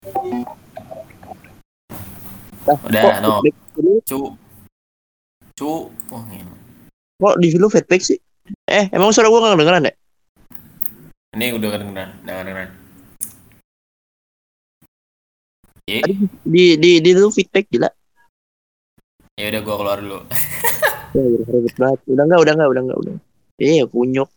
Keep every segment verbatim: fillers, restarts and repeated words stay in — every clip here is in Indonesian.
Nah, kok Udah, no. feedback dulu? Cu. Cu. Wah, ini. Kok di dulu feedback sih? Eh, emang suara gue gak kedengeran ya? Ini udah kedengeran, udah kedengeran. Tadi Ye. di di di dulu feedback gila. Ya udah gua keluar dulu. Ya, udah ribet banget. Udah enggak, udah enggak, udah enggak, udah. Eh, kunyuk.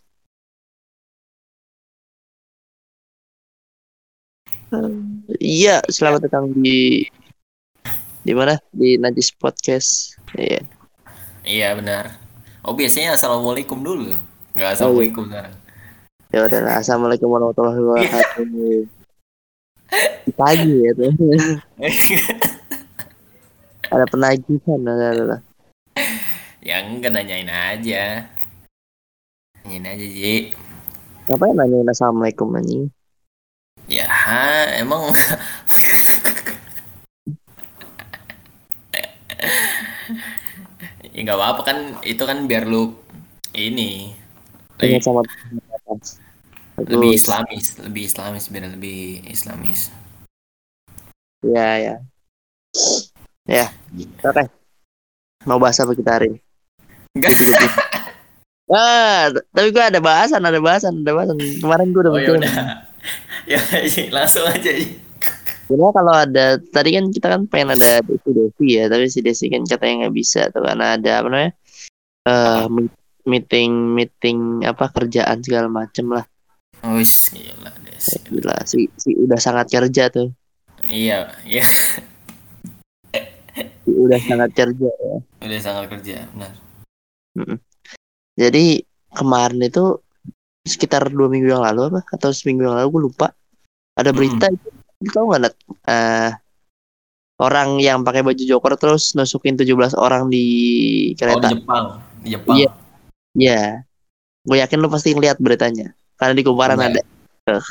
Hmm, Iya, Ya. selamat datang di di mana? Di Najis Podcast. Iya. Iya benar. Oh biasanya assalamualaikum dulu. Nggak Oh iya. assalamualaikum sekarang. Ya udahlah. Assalamualaikum warahmatullahi Iya. wabarakatuh. Pagi ya tuh. Ada penagihan, ada, ada. Ya enggak, nanyain aja. Nanyain aja, Ji. Ngapain nanyain assalamualaikum anjing? Ya, emang ya nggak apa-apa kan, itu kan biar lu ini Ingat lebih, sama atas. lebih Bagus. islamis, lebih islamis biar lebih islamis. Ya, ya. Ya, oke. Mau bahas apa kita hari ini? Enggak. Ditutup ini. Ah, t- tapi gue ada bahasan, ada bahasan, ada bahasan. Kemarin gue udah Oh ya mikirin. udah. Ya Ji, langsung aja, Ji. Sebenarnya kalau ada, tadi kan kita kan pengen ada Desi Desi ya, tapi si Desi kan katanya nggak bisa tuh karena ada apa namanya eh Apa? meet- meeting meeting apa kerjaan segala macem lah. Wis, gila deh Ya, sih. gila si si udah sangat kerja tuh, Iya, iya. si udah sangat kerja ya. Udah sangat kerja, benar. Mm-mm. Jadi kemarin itu sekitar dua minggu yang lalu apa atau seminggu yang lalu gue lupa ada berita Mm-mm. itu, lu tahu nggak Nat? Eh, orang yang pakai baju Joker terus nusukin tujuh belas orang di Oh di kereta. Jepang, di Iya, Jepang. iya. Gue yakin lu pasti ngeliat beritanya. Karena di kumparan ada. Iya. Eh,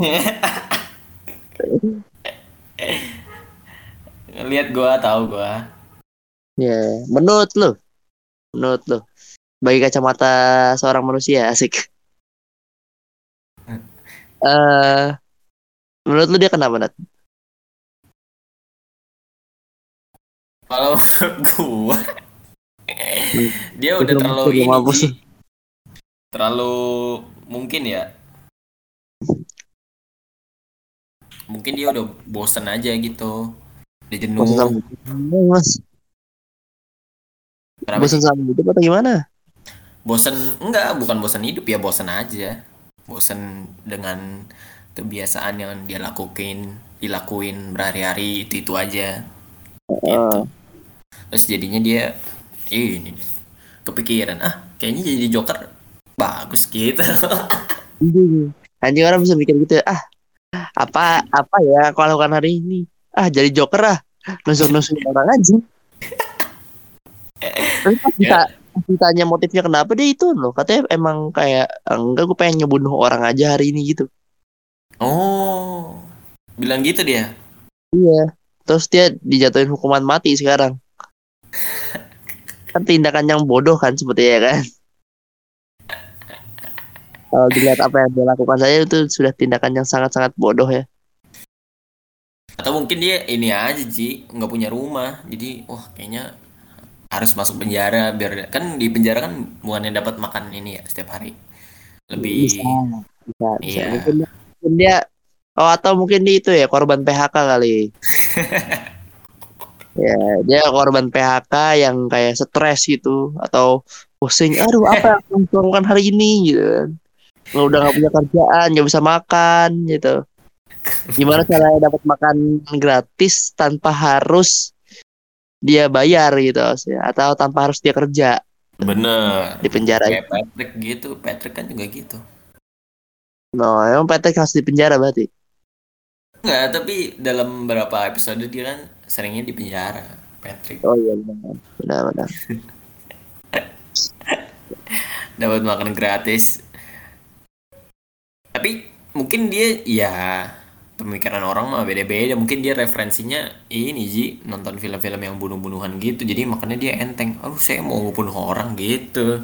Lihat gua, tahu gua. Ya, menurut lu, menurut lu, bagi kacamata seorang manusia asik. Eh, menurut lu dia kenapa, Nat? Kalau menurut gua, Hmm. dia Terus udah lu terlalu mampus, lu ini, mampus. Ji. Terlalu mungkin ya. Mungkin dia udah bosen aja gitu. Udah Bosan sama jenuh. hidup, Mas. Kenapa Bosan sih? sama hidup atau gimana? Bosen, enggak, bukan bosen hidup ya, bosen aja. Bosen dengan kebiasaan yang dia lakuin, dilakuin berhari-hari itu itu aja gitu. Eh, Terus jadinya dia ini deh, kepikiran, ah kayaknya jadi Joker bagus gitu. anjing. Anjing orang bisa mikir gitu ya. Ah, apa apa ya aku lakukan hari ini? Ah, jadi Joker ah. Nusuk-nusuk orang aja. Tapi pas kita Ya. pas ditanya motifnya kenapa dia itu loh. Katanya emang kayak enggak gue pengen ngebunuh orang aja hari ini gitu. Oh, bilang gitu dia. Iya. Terus dia dijatuhin hukuman mati sekarang. Kan tindakan yang bodoh kan sebetulnya kan. Kalau dilihat apa yang dia lakukan saya itu sudah tindakan yang sangat-sangat bodoh ya. Atau mungkin dia ini aja Ji, nggak punya rumah. Jadi, wah kayaknya harus masuk penjara biar kan di penjara kan bukannya dapat makan ini ya setiap hari. Bisa, Lebih bisa, bisa. Mungkin iya. dia, mungkin dia oh atau mungkin dia itu ya korban P H K kali. Ya, dia korban P H K yang kayak stres gitu atau pusing. Aduh, apa yang aku lakukan hari ini gitu kan. Nggak udah nggak punya kerjaan, nggak bisa makan gitu. Gimana caranya dapat makan gratis tanpa harus dia bayar gitu ya, atau tanpa harus dia kerja Bener. di penjara Kayak itu. Patrick gitu. Patrick kan juga gitu. No, emang P T harus di penjara berarti. Enggak, tapi dalam beberapa episode dia kan seringnya di penjara, Patrick. Oh iya benar, benar, benar. Dapat makan gratis. Tapi mungkin dia ya pemikiran orang mah beda-beda. Mungkin dia referensinya ini Ji, nonton film-film yang bunuh-bunuhan gitu. Jadi makanya dia enteng. Aduh, saya mau bunuh orang gitu.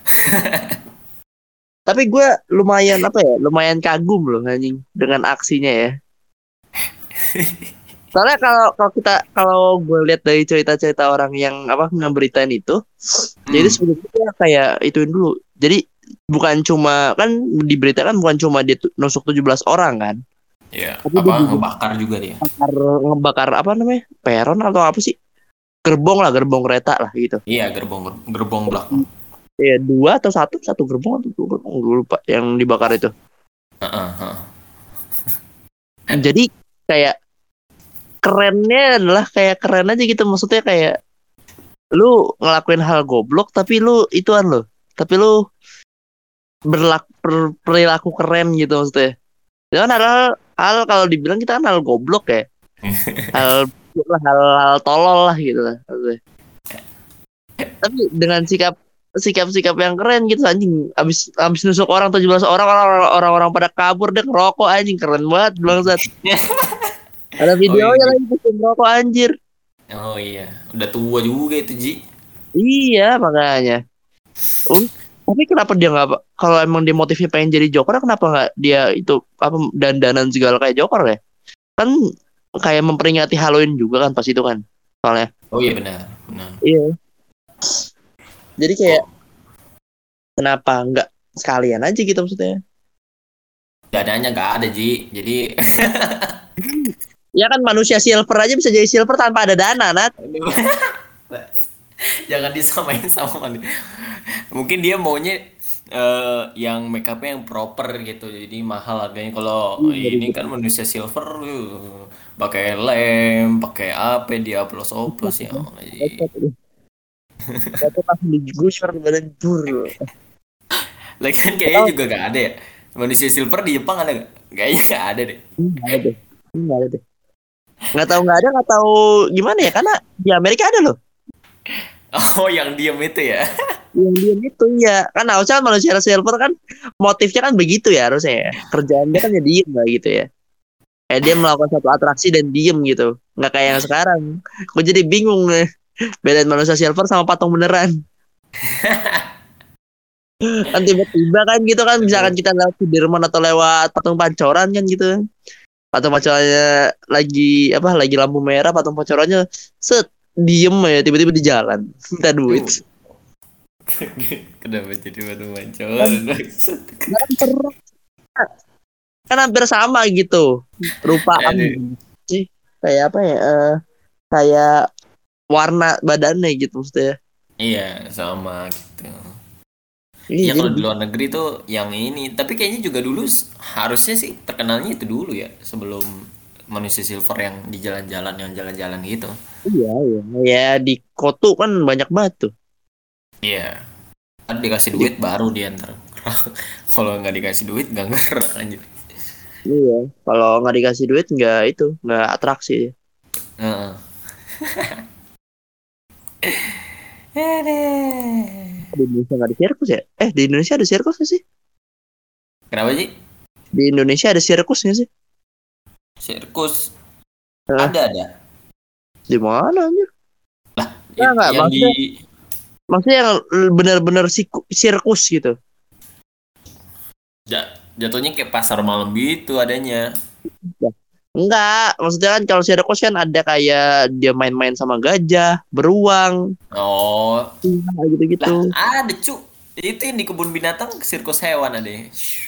Tapi gue lumayan apa ya, lumayan kagum loh anjing dengan aksinya ya. Soalnya kalau kalau kita kalau gue lihat dari cerita-cerita orang yang apa ngeberitain itu, jadi Hmm. sebelumnya dia kayak ituin dulu. Jadi bukan cuma kan diberitakan bukan cuma dia tu- nusuk tujuh belas orang kan, Ya, tapi dia apa juga ngebakar juga dia. ngebakar, ngebakar apa namanya? Peron atau apa sih? Gerbong lah, gerbong kereta lah gitu. Iya, gerbong gerbong belakang. Iya, dua atau satu, satu gerbong atau dua gerbong, gue lupa yang dibakar itu. Heeh, heeh. Jadi kayak kerennya adalah kayak keren aja gitu, maksudnya kayak lu ngelakuin hal goblok tapi lu ituan lo, tapi lu berlaku per- perilaku keren gitu maksudnya. Itu kan hal, hal kalau dibilang kita kan hal goblok ya, hal hal, hal tolol lah gitu lah maksudnya. Tapi dengan sikap sikap-sikap yang keren gitu anjing, abis abis nusuk orang tujuh belas orang, orang orang-orang pada kabur dia ngerokok anjing, keren banget bangsat. Ada Oh iya. videonya lagi pas dia ngerokok anjir. Oh iya, udah tua juga itu Ji. Iya makanya. Oh, tapi kenapa dia nggak, kalau emang dia motifnya pengen jadi Joker, kenapa nggak dia itu apa dandanan segala kayak Joker ya? Kan kayak memperingati Halloween juga kan pas itu kan. Soalnya. Oh iya benar, benar. Iya. Jadi kayak Kok kenapa nggak sekalian aja gitu maksudnya? dananya nggak ada Ji. Jadi Ya kan manusia silver aja bisa jadi silver tanpa ada dana, Nat. aduh. Jangan disamain sama dia. Mungkin dia maunya eh, yang make upnya yang proper gitu, jadi mahal harganya. Kalau Iya, ini ribet. kan manusia silver, uh, pakai lem, pakai apa dia oplos-oplos ya. Allah, Ji. Lecet, aduh. Lecet langsung digusur badan jur. Lagi kan kayaknya Tahu? juga gak ada ya. Manusia silver di Jepang ada gak? Kayaknya gak ada deh. Nggak ada deh. Nggak ada deh. Nggak tahu nggak ada, nggak tahu gimana ya, karena di Amerika ada loh. Oh, yang diem itu ya. Yang dia itu ya kan harusnya manusia silver kan motifnya kan begitu ya harusnya ya, kerjaannya kan ya diem lah gitu ya, kayak dia melakukan satu atraksi dan diem gitu, nggak kayak yang sekarang. Gue jadi bingung nih bedain manusia silver sama patung beneran. Kan tiba-tiba kan gitu kan, misalkan kita lewat Sudirman atau lewat patung Pancoran kan gitu, patung Pancorannya lagi apa lagi lampu merah, patung Pancorannya set diem ya, tiba-tiba di jalan minta duit. Uh, kenapa jadi batu mancor? kan, kan hampir sama gitu rupa Aduh. sih, kayak apa ya, eh, kayak warna badannya gitu maksudnya. Iya, sama gitu. Iya Iya jadi kalau di luar negeri tuh yang ini, tapi kayaknya juga dulu s- harusnya sih terkenalnya itu dulu ya sebelum manusia silver yang di jalan-jalan yang jalan-jalan gitu. iya iya ya di Kotu kan banyak banget tuh. Iya, kan dikasih Di, duit baru dia ntar. Kalau nggak dikasih duit nggak gerak anjir. iya kalau nggak dikasih duit nggak itu nggak atraksi. Heeh. Di Indonesia nggak ada sirkus ya, eh di Indonesia ada sirkus nggak sih? Kenapa sih? Di Indonesia ada sirkus nggak sih? Sirkus Hah, ada ada. di mana anjir? Nggak It- nggak yang di maksudnya, maksudnya yang benar-benar siku- sirkus gitu. ja- jatuhnya kayak pasar malam gitu adanya. Ya. Enggak, maksudnya kan kalau sirkus kan ada kayak dia main-main sama gajah, beruang, Oh, kayak gitu-gitu. lah ada cu. Itu yang di kebun binatang sirkus hewan ada.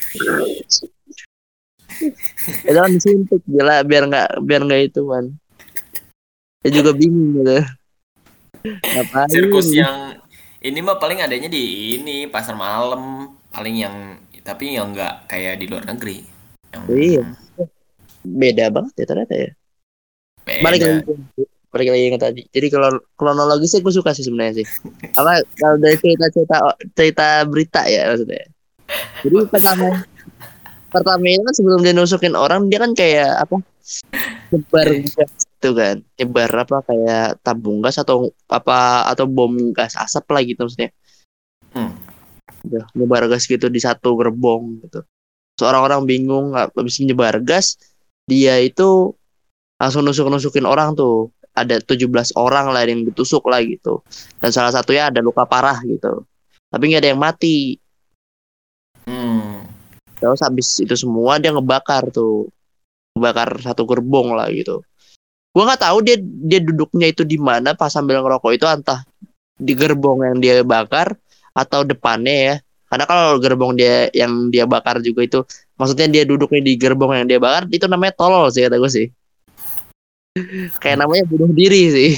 Itu kan disuntik gila biar nggak biar nggak itu kan. Saya juga bingung gitu. Ngapain? Sirkus yang ini mah paling adanya di ini pasar malam paling yang tapi yang nggak kayak di luar negeri yang Iya, beda banget ya ternyata ya. Balik lagi beda. balik lagi yang tadi. Jadi kalau kronologi sih gue suka sih sebenarnya sih. Apa kalau dari cerita-cerita cerita berita ya maksudnya. Jadi pertama pertama itu kan sebelum dia nusukin orang dia kan kayak apa, nyebar gas gitu kan, nyebar apa kayak tabung gas atau apa atau bom gas asap lah gitu maksudnya. Hmm. Udah, nyebar gas gitu di satu gerbong gitu. Seorang orang bingung habis menyebar gas, dia itu langsung nusuk-nusukin orang tuh. Ada tujuh belas orang lah yang ditusuk lah gitu. Dan salah satunya ada luka parah gitu. Tapi nggak ada yang mati. Hmm. Terus habis itu semua dia ngebakar tuh bakar satu gerbong lah gitu. Gua nggak tahu dia dia duduknya itu di mana pas sambil ngerokok itu, entah di gerbong yang dia bakar atau depannya ya. Karena kalau gerbong dia yang dia bakar juga itu, maksudnya dia duduknya di gerbong yang dia bakar, itu namanya tolol sih kata gue sih. Kayak namanya bunuh diri sih.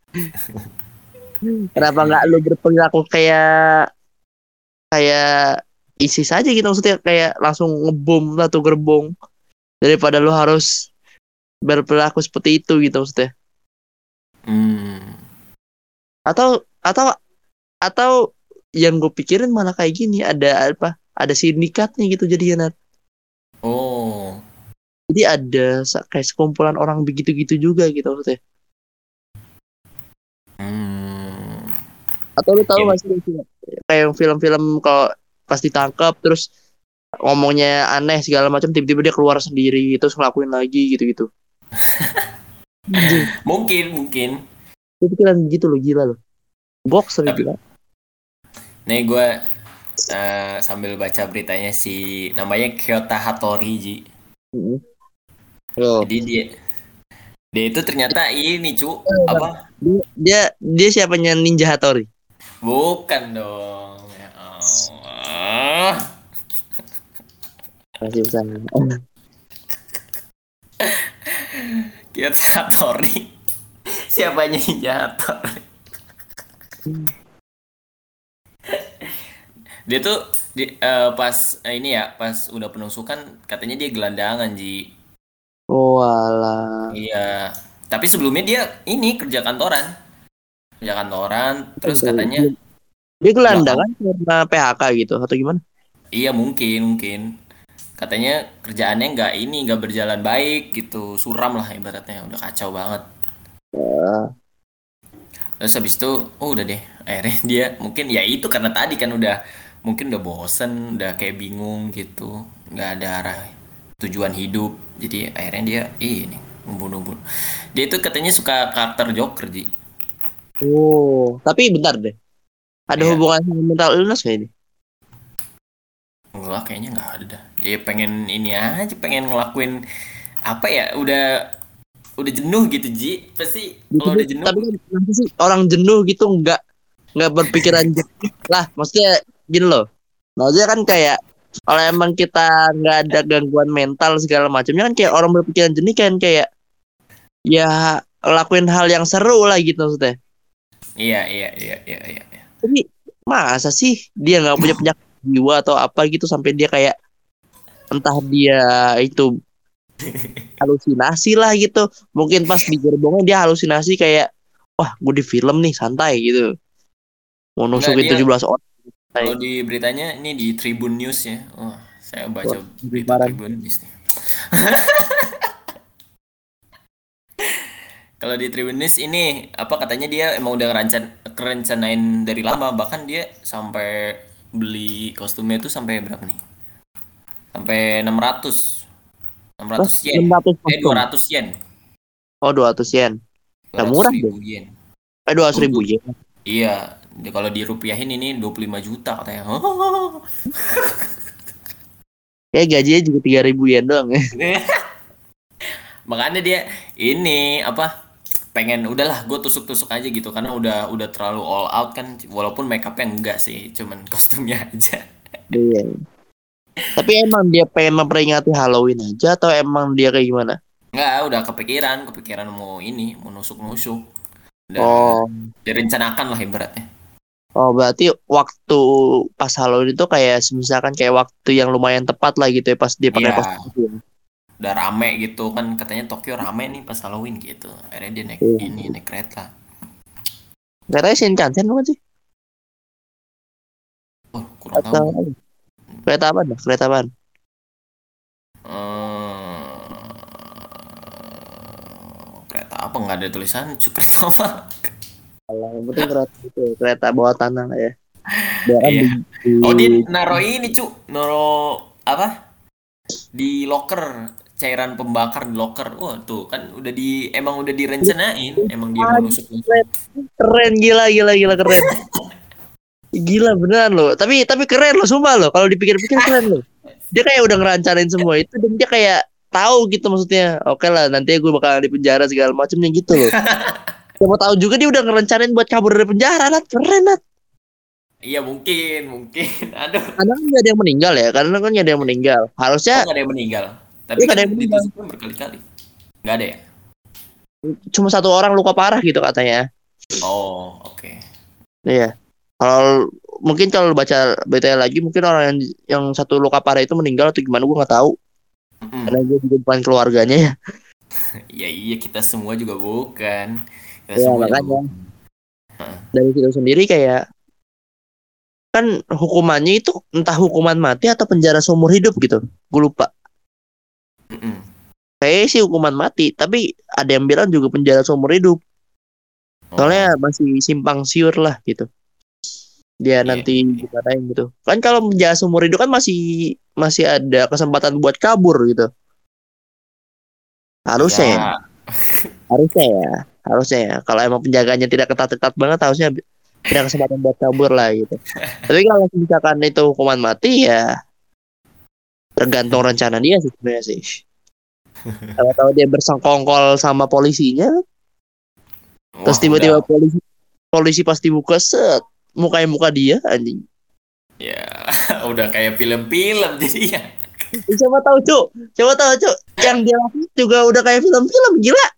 Kenapa nggak lu berperilaku kayak kayak ISIS aja gitu, maksudnya kayak langsung ngebom satu gerbong daripada lu harus berperilaku seperti itu gitu maksudnya. Hmm. Atau atau atau yang gue pikirin malah kayak gini, ada apa? Ada sindikatnya gitu jadinya. Nat. Oh. Jadi ada sa- kayak sekumpulan orang begitu-gitu juga gitu maksudnya. Hmm. Atau lu tahu Ya, gak sih kayak film-film kalau pas ditangkap terus ngomongnya aneh segala macam, tiba-tiba dia keluar sendiri terus ngelakuin lagi gitu-gitu. Anjing, mungkin mungkin. itu pikiran gitu loh, gila loh. Boxer Tapi gila. nih gue eh, sambil baca beritanya si namanya Kyota Hattori Ji. Mm-mm. Yo. Jadi dia dia itu ternyata ini cu apa? Dia, dia dia siapanya Ninja Hattori? Bukan dong. Ya Allah. Masih sana. Kyota Hattori. Siapanya Ninja Hattori? Dia tuh di, eh, pas eh, ini ya pas udah penusukan katanya dia gelandangan Ji. Oh alah. Iya. Tapi sebelumnya dia ini kerja kantoran. Kerja kantoran terus katanya Dia belakang. gelandangan karena P H K gitu atau gimana? Iya mungkin mungkin. Katanya kerjaannya nggak ini nggak berjalan baik gitu. Suram lah ibaratnya udah kacau banget. Ya. Terus habis itu oh udah deh akhirnya dia mungkin ya itu karena tadi kan udah mungkin udah bosen udah kayak bingung gitu nggak ada arah tujuan hidup jadi akhirnya dia ini membunuh-bunuh dia itu katanya suka karakter Joker Ji. Oh, tapi bentar deh. Ada Ya hubungan sama mental illness kayak ini? enggak kayaknya nggak ada dah. Dia pengen ini aja pengen ngelakuin apa ya udah udah jenuh gitu Ji pasti Gitu, kalau udah jenuh. tapi kan nanti sih orang jenuh gitu nggak nggak berpikiran jernih lah, maksudnya gini loh. Maksudnya kan kayak kalau emang kita nggak ada gangguan mental segala macamnya kan kayak orang berpikiran jernih kan kayak ya lakuin hal yang seru lah gitu maksudnya. Iya iya iya iya iya iya. Tapi masa sih dia nggak punya penyakit jiwa atau apa gitu sampai dia kayak entah dia itu halusinasi lah gitu. Mungkin pas di gerbongnya dia halusinasi kayak wah gue di film nih santai gitu. Mau Enggak nusukin dia tujuh belas orang. kalau Santai. di beritanya ini di Tribun News ya. Oh, saya Wah, baca berita parah. Tribun News nih. Kalau di Tribun News ini apa katanya dia emang udah ngerancan kerencanain dari lama bahkan dia sampai beli kostumnya itu sampai berapa nih? Sampai enam ratus enam Terus ratus yen. enam ratus Eh kostum. dua ratus yen. Oh dua ratus yen. Dua Gak ratus murah deh. ribu yen. Eh dua ratus Oh, ribu du- yen. iya, Di- kalau dirupiahin ini dua puluh lima juta katanya. Kayak gajinya juga tiga ribu yen doang ya. Makanya dia ini apa pengen udahlah gue tusuk-tusuk aja gitu karena udah udah terlalu all out kan walaupun make upnya enggak sih cuman kostumnya aja. Iya. Tapi emang dia pengen memperingati Halloween aja atau emang dia kayak gimana? Enggak udah kepikiran kepikiran mau ini mau nusuk-nusuk udah Oh, direncanakan lah ibaratnya. oh berarti waktu pas Halloween itu kayak misalkan kayak waktu yang lumayan tepat lah gitu ya pas dia pakai Iya kostum itu ya. udah rame gitu kan katanya Tokyo rame nih pas Halloween gitu akhirnya dia naik Iya. ini naik kereta. Katanya Shinkansen bukan sih? Oh kurang tahu Atau gue. kereta apa dah? Kereta apa? Eh, kereta apa nggak ada tulisan cu kereta apa. Kalau yang penting kereta itu kereta bawah tanah lah ya. Dia kan Iya. di, Oh dia di- naro ini cu, naro apa? Di locker cairan pembakar di locker. Wah tuh kan udah di emang udah direncanain, emang dia mau nusuk-nusuk. keren, keren gila gila gila keren. Gila beneran loh. Tapi tapi keren loh sumpah loh. Kalau dipikir-pikir keren loh. Dia kayak udah ngerancanain semua itu dan dia kayak tahu gitu maksudnya. Oke lah, nanti gue bakal di penjara segala macamnya gitu loh. Siapa tahu juga dia udah ngerencanain buat kabur dari penjara, Nat. Keren, Nat. Iya mungkin, mungkin. Aduh. Karena kan nggak ada yang meninggal ya, karena kan nggak ada yang meninggal. Harusnya, Oh nggak ada yang meninggal. ya Tapi nggak kan ada yang meninggal. ditusuknya berkali-kali. Nggak ada ya? Cuma satu orang luka parah gitu katanya. Oh oke. Iya. Kalau mungkin kalau lu baca berita lagi, mungkin orang yang yang satu luka parah itu meninggal atau gimana, gue nggak tahu. Mm-mm. Karena gue juga bukan keluarganya ya. Ya iya kita semua juga bukan. Kita Ya semua juga makanya bukan. Heeh. dari situ sendiri kayak kan hukumannya itu entah hukuman mati atau penjara seumur hidup gitu. Gue lupa. Mm-mm. Kayaknya sih hukuman mati, tapi ada yang bilang juga penjara seumur hidup. Oh Soalnya masih simpang siur lah gitu. Dia iya. nanti gimana gitu. Kan kalau penjara seumur hidup kan masih masih ada kesempatan buat kabur gitu. Iya. Harusnya ya, harusnya ya, harusnya ya. Kalau emang penjaganya tidak ketat-ketat banget, harusnya ada kesempatan buat kabur lah gitu. Tapi kalau misalkan itu hukuman mati ya tergantung rencana dia sih sebenarnya sih. Kalau tahu dia bersengkongkol sama polisinya, terus Wah tiba-tiba udah. polisi polisi pasti buka set mukanya muka dia anjing. Ya udah kayak film-film jadi ya. Siapa tahu cuk, siapa tahu cuk, yang dia lakukan juga udah kayak film-film gila.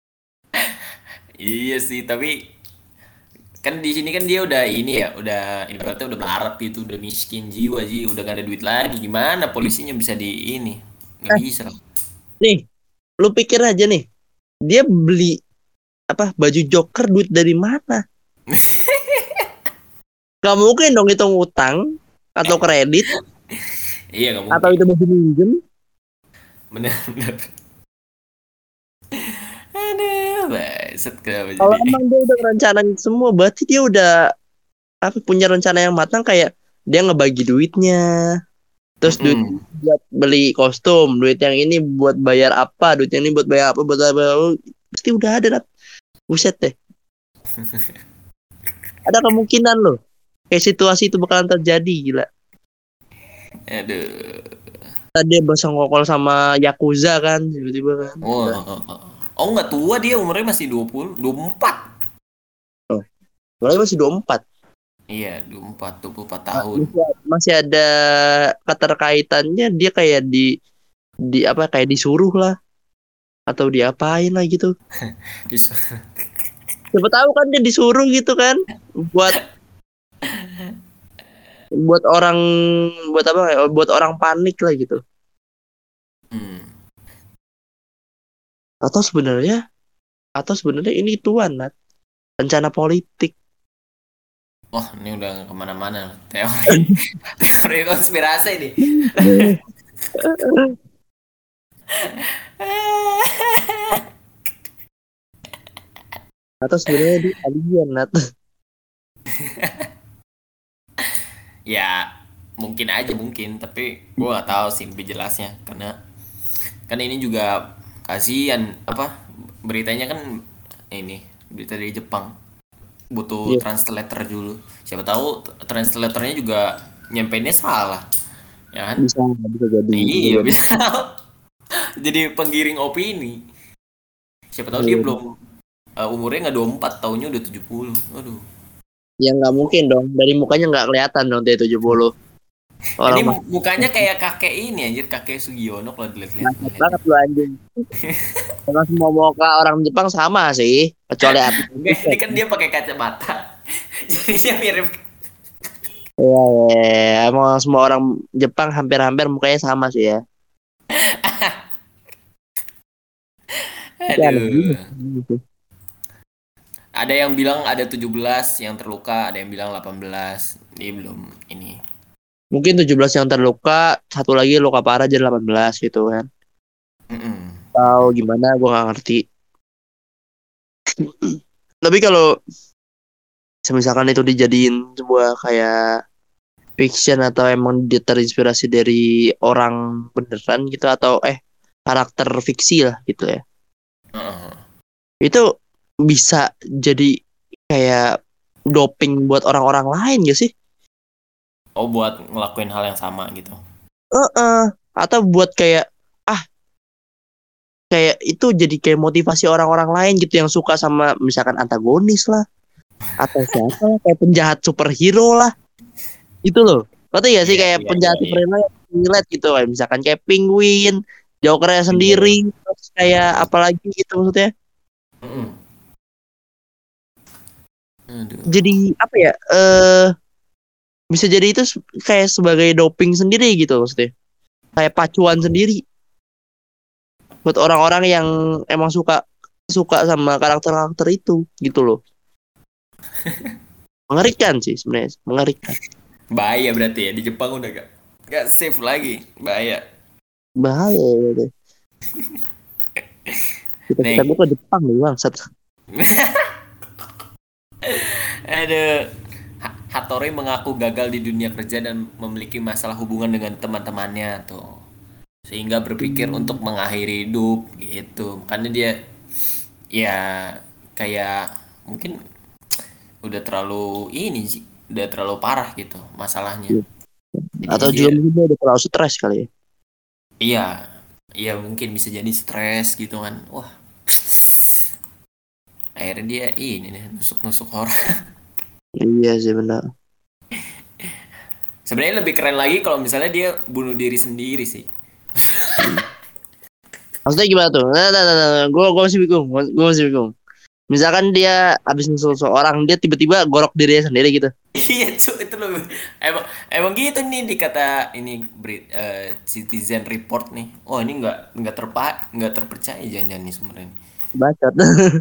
Iya sih tapi kan di sini kan dia udah ini ya udah ibaratnya udah barat gitu udah miskin jiwa ji udah gak ada duit lagi gimana polisinya bisa di ini nggak Eh, bisa lah. nih, lu pikir aja nih, dia beli apa baju Joker duit dari mana? Gak mungkin dong hitung utang atau kredit Iya nggak atau mungkin itu baju minjem. bener-bener. Aduh baset kenapa Kalau jadi emang dia udah rencanain semua, berarti dia udah apa punya rencana yang matang kayak dia ngebagi duitnya. Terus duit ini Mm-mm. buat beli kostum, duit yang ini buat bayar apa, duit yang ini buat bayar apa, buat apa, pasti udah ada. Nat. Buset deh. Ada kemungkinan loh. Kayak situasi itu bakalan terjadi, gila. Aduh. Tadi dia bersengkokol sama Yakuza kan, tiba-tiba kan. Oh, Udah. oh, oh, oh. Oh nggak tua dia umurnya masih dua puluh dua puluh empat. Oh, soalnya masih dua puluh empat. Iya dua puluh empat dua puluh empat Ma- tahun. Masih, masih ada keterkaitannya dia kayak di di apa kayak disuruh lah atau diapain lah gitu. Bis- Siapa tahu kan dia disuruh gitu kan buat buat orang buat apa ya, buat orang panik lah gitu. Hmm. Atau sebenarnya atau sebenarnya ini tuan Nat, rencana politik. Wah ini udah kemana-mana teori teori konspirasi nih. Atau sebenarnya dia alien Nat. Ya mungkin aja mungkin tapi gue nggak tahu sih lebih jelasnya karena kan ini juga kasihan apa beritanya kan ini berita dari Jepang butuh Iya, translator dulu siapa tahu t- translatornya juga nyampeinnya salah ya kan bisa bisa jadi bisa iya jadi. bisa jadi penggiring opini siapa tahu dia Iya. belum eh, umurnya nggak dua puluh empat tahunnya udah tujuh puluh aduh Ya nggak mungkin dong. Dari mukanya nggak kelihatan dong dia tujuh puluh. ini Orang masih mukanya kayak kakek ini anjir kakek Sugiono kalau dilihat-lihat nakal banget lu anjing. Karena semua muka orang Jepang sama sih. Kecuali Abi. enggak ini kan dia pakai kacamata jadi dia mirip Iya, iya, iya. Emang semua orang Jepang hampir-hampir mukanya sama sih ya. Tapi aneh juga aduh gitu. ada yang bilang ada tujuh belas yang terluka ada yang bilang delapan belas ini belum ini. Mungkin tujuh belas yang terluka, satu lagi luka parah jadi delapan belas gitu kan. Mm-mm. Tahu Mm-mm. gimana gue nggak ngerti. Tapi kalau misalkan itu dijadiin sebuah kayak fiction atau emang dia terinspirasi dari orang beneran gitu atau eh karakter fiksi lah gitu ya. Heeh. Itu bisa jadi kayak doping buat orang-orang lain gak sih? Oh buat ngelakuin hal yang sama gitu. Heeh. Atau buat kayak ah kayak itu jadi kayak motivasi orang-orang lain gitu yang suka sama misalkan antagonis lah atau siapa lah, kayak penjahat superhero lah itu loh. Ngerti gak sih Iya, kayak iya, penjahat iya, iya. superhero yang relate gitu kayak misalkan kayak Penguin, Jokernya Bener. sendiri, terus kayak apalagi gitu maksudnya. Mm-mm. Aduh. Jadi apa ya? Eh bisa jadi itu se- kayak sebagai doping sendiri gitu maksudnya. Kayak pacuan sendiri buat orang-orang yang emang suka suka sama karakter-karakter itu gitu loh. Mengerikan sih sebenarnya, mengerikan. Bahaya berarti ya di Jepang udah gak gak safe lagi. Bahaya. Bahaya gitu. Kita kita Nih. buka Jepang nih bangsat. Aduh. Ha- Hattori mengaku gagal di dunia kerja dan memiliki masalah hubungan dengan teman-temannya tuh. Sehingga berpikir untuk mengakhiri hidup gitu. Karena dia ya kayak mungkin udah terlalu ini sih, udah terlalu parah gitu masalahnya. Jadinya Atau dia juga mungkin dia udah terlalu stres kali ya. iya, iya mungkin bisa jadi stres gitu kan. Wah, akhirnya dia ini nih nusuk-nusuk orang. Iya sih benar. Sebenarnya lebih keren lagi kalau misalnya dia bunuh diri sendiri sih. Maksudnya gimana tuh? Nah, nah, nah, nah. Gue gue masih bingung. Gue masih bingung. Misalkan dia abis nusuk seorang, dia tiba-tiba gorok dirinya sendiri gitu. Iya cuy itu loh emang emang gitu nih dikata ini beri- eh, Citizen Report nih. Oh ini nggak nggak terpa nggak terpercaya jangan-jangan nih sebenarnya. Bacot.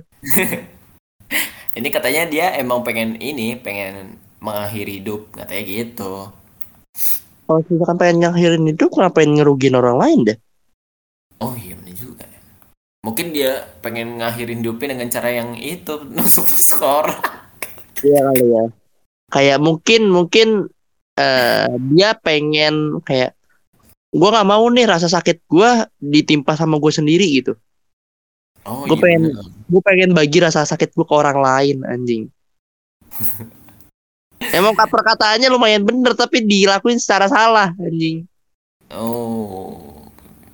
Ini katanya dia emang pengen ini pengen mengakhiri hidup katanya gitu. Kalau misalkan pengen ngakhirin hidup, ngapain ngerugin orang lain deh? Oh iya bener juga ya. Mungkin dia pengen ngakhirin hidupnya dengan cara yang itu nusuk-nusuk orang. Iya kali ya. Kayak mungkin mungkin eh, dia pengen kayak gue nggak mau nih rasa sakit gue ditimpa sama gue sendiri gitu. Oh Gue iya pengen bener. gue pengen bagi rasa sakit gue ke orang lain anjing. Emang perkataannya lumayan bener tapi dilakuin secara salah anjing. Oh.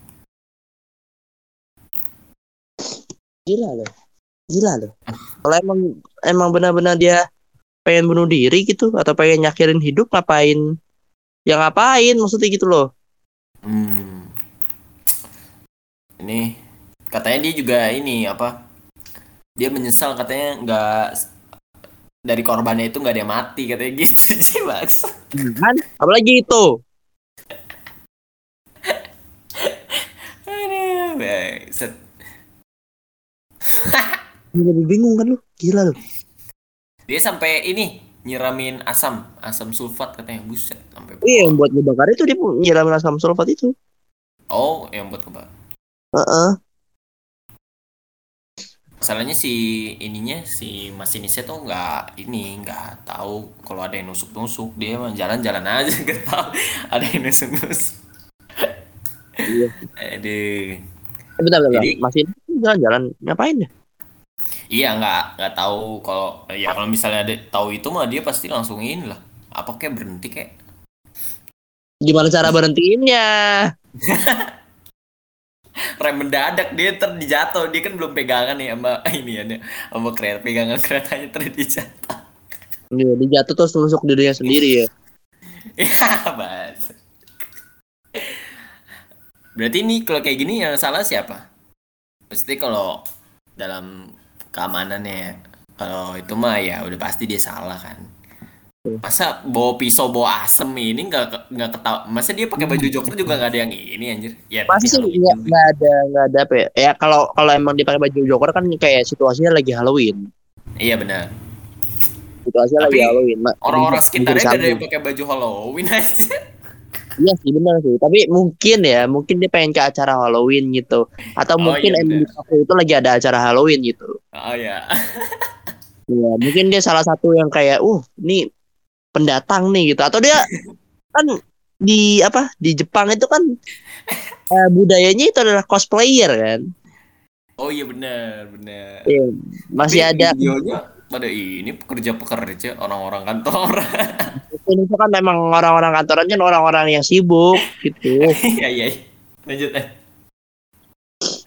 Gila loh, gila loh. Kalau emang emang benar-benar dia pengen bunuh diri gitu atau pengen nyakhirin hidup ngapain? Ya ngapain maksudnya gitu loh. Hmm. Ini katanya dia juga ini apa? Dia menyesal katanya nggak dari korbannya itu nggak ada yang mati katanya gitu sih Max. Kan? Apalagi itu. Aduh, bangsat. Jadi bingung kan lu? Gila lu. Dia sampai ini nyiramin asam, asam sulfat katanya buset sampai Iya, yang wah. buat ngebakar itu dia nyiram asam sulfat itu. Oh, yang buat apa? Heeh. Masalahnya si ininya si masinisnya tuh nggak ini nggak tahu kalau ada yang nusuk-nusuk dia mah jalan-jalan aja nggak tahu ada yang nusuk-nusuk. Iya. Aduh. Eh, bentar, bentar, bentar. Jadi Masih jalan-jalan ngapain ya? iya nggak nggak tahu kalau ya kalau misalnya ada tahu itu mah dia pasti langsung ini lah. Apa kayak berhenti kayak Gimana cara berhentiinnya? rem mendadak dia ter dijatuh dia kan belum pegangan nih sama ini ya dia, sama kereta pegangan keretanya ter dijatuh. Iya, dia jatuh terus nusuk dirinya sendiri ya. Ya bas. Berarti ini kalau kayak gini yang salah siapa? Pasti kalau dalam keamanannya ya. Kalau itu mah ya udah pasti dia salah kan. Masa bawa pisau bawa asem ini nggak nggak ketawa. Masa dia pakai baju Joker juga nggak ada yang ini anjir. Ya Masih tapi sih Halloween nggak juga. nggak ada nggak ada apa ya? Ya kalau kalau emang dipakai baju Joker kan kayak situasinya lagi Halloween. Iya benar. Situasinya lagi Tapi Halloween. Mak, bisa orang-orang bisa sekitarnya gak ada disambung. yang pakai baju Halloween aja. Iya sih benar sih. Tapi mungkin ya, mungkin dia pengen ke acara Halloween gitu. Atau Oh mungkin iya emang di benar. kafe itu lagi ada acara Halloween gitu. Oh ya. Iya, mungkin dia salah satu yang kayak, uh, ini pendatang nih gitu. Atau dia kan di apa? Di Jepang itu kan eh, budayanya itu adalah cosplayer kan. Oh iya benar benar. Iya, masih Tapi di ada. videonya pada ini pekerja-pekerja orang-orang kantor. Ini kan memang orang-orang kantoran kan orang-orang yang sibuk gitu. Iya iya. Lanjut eh.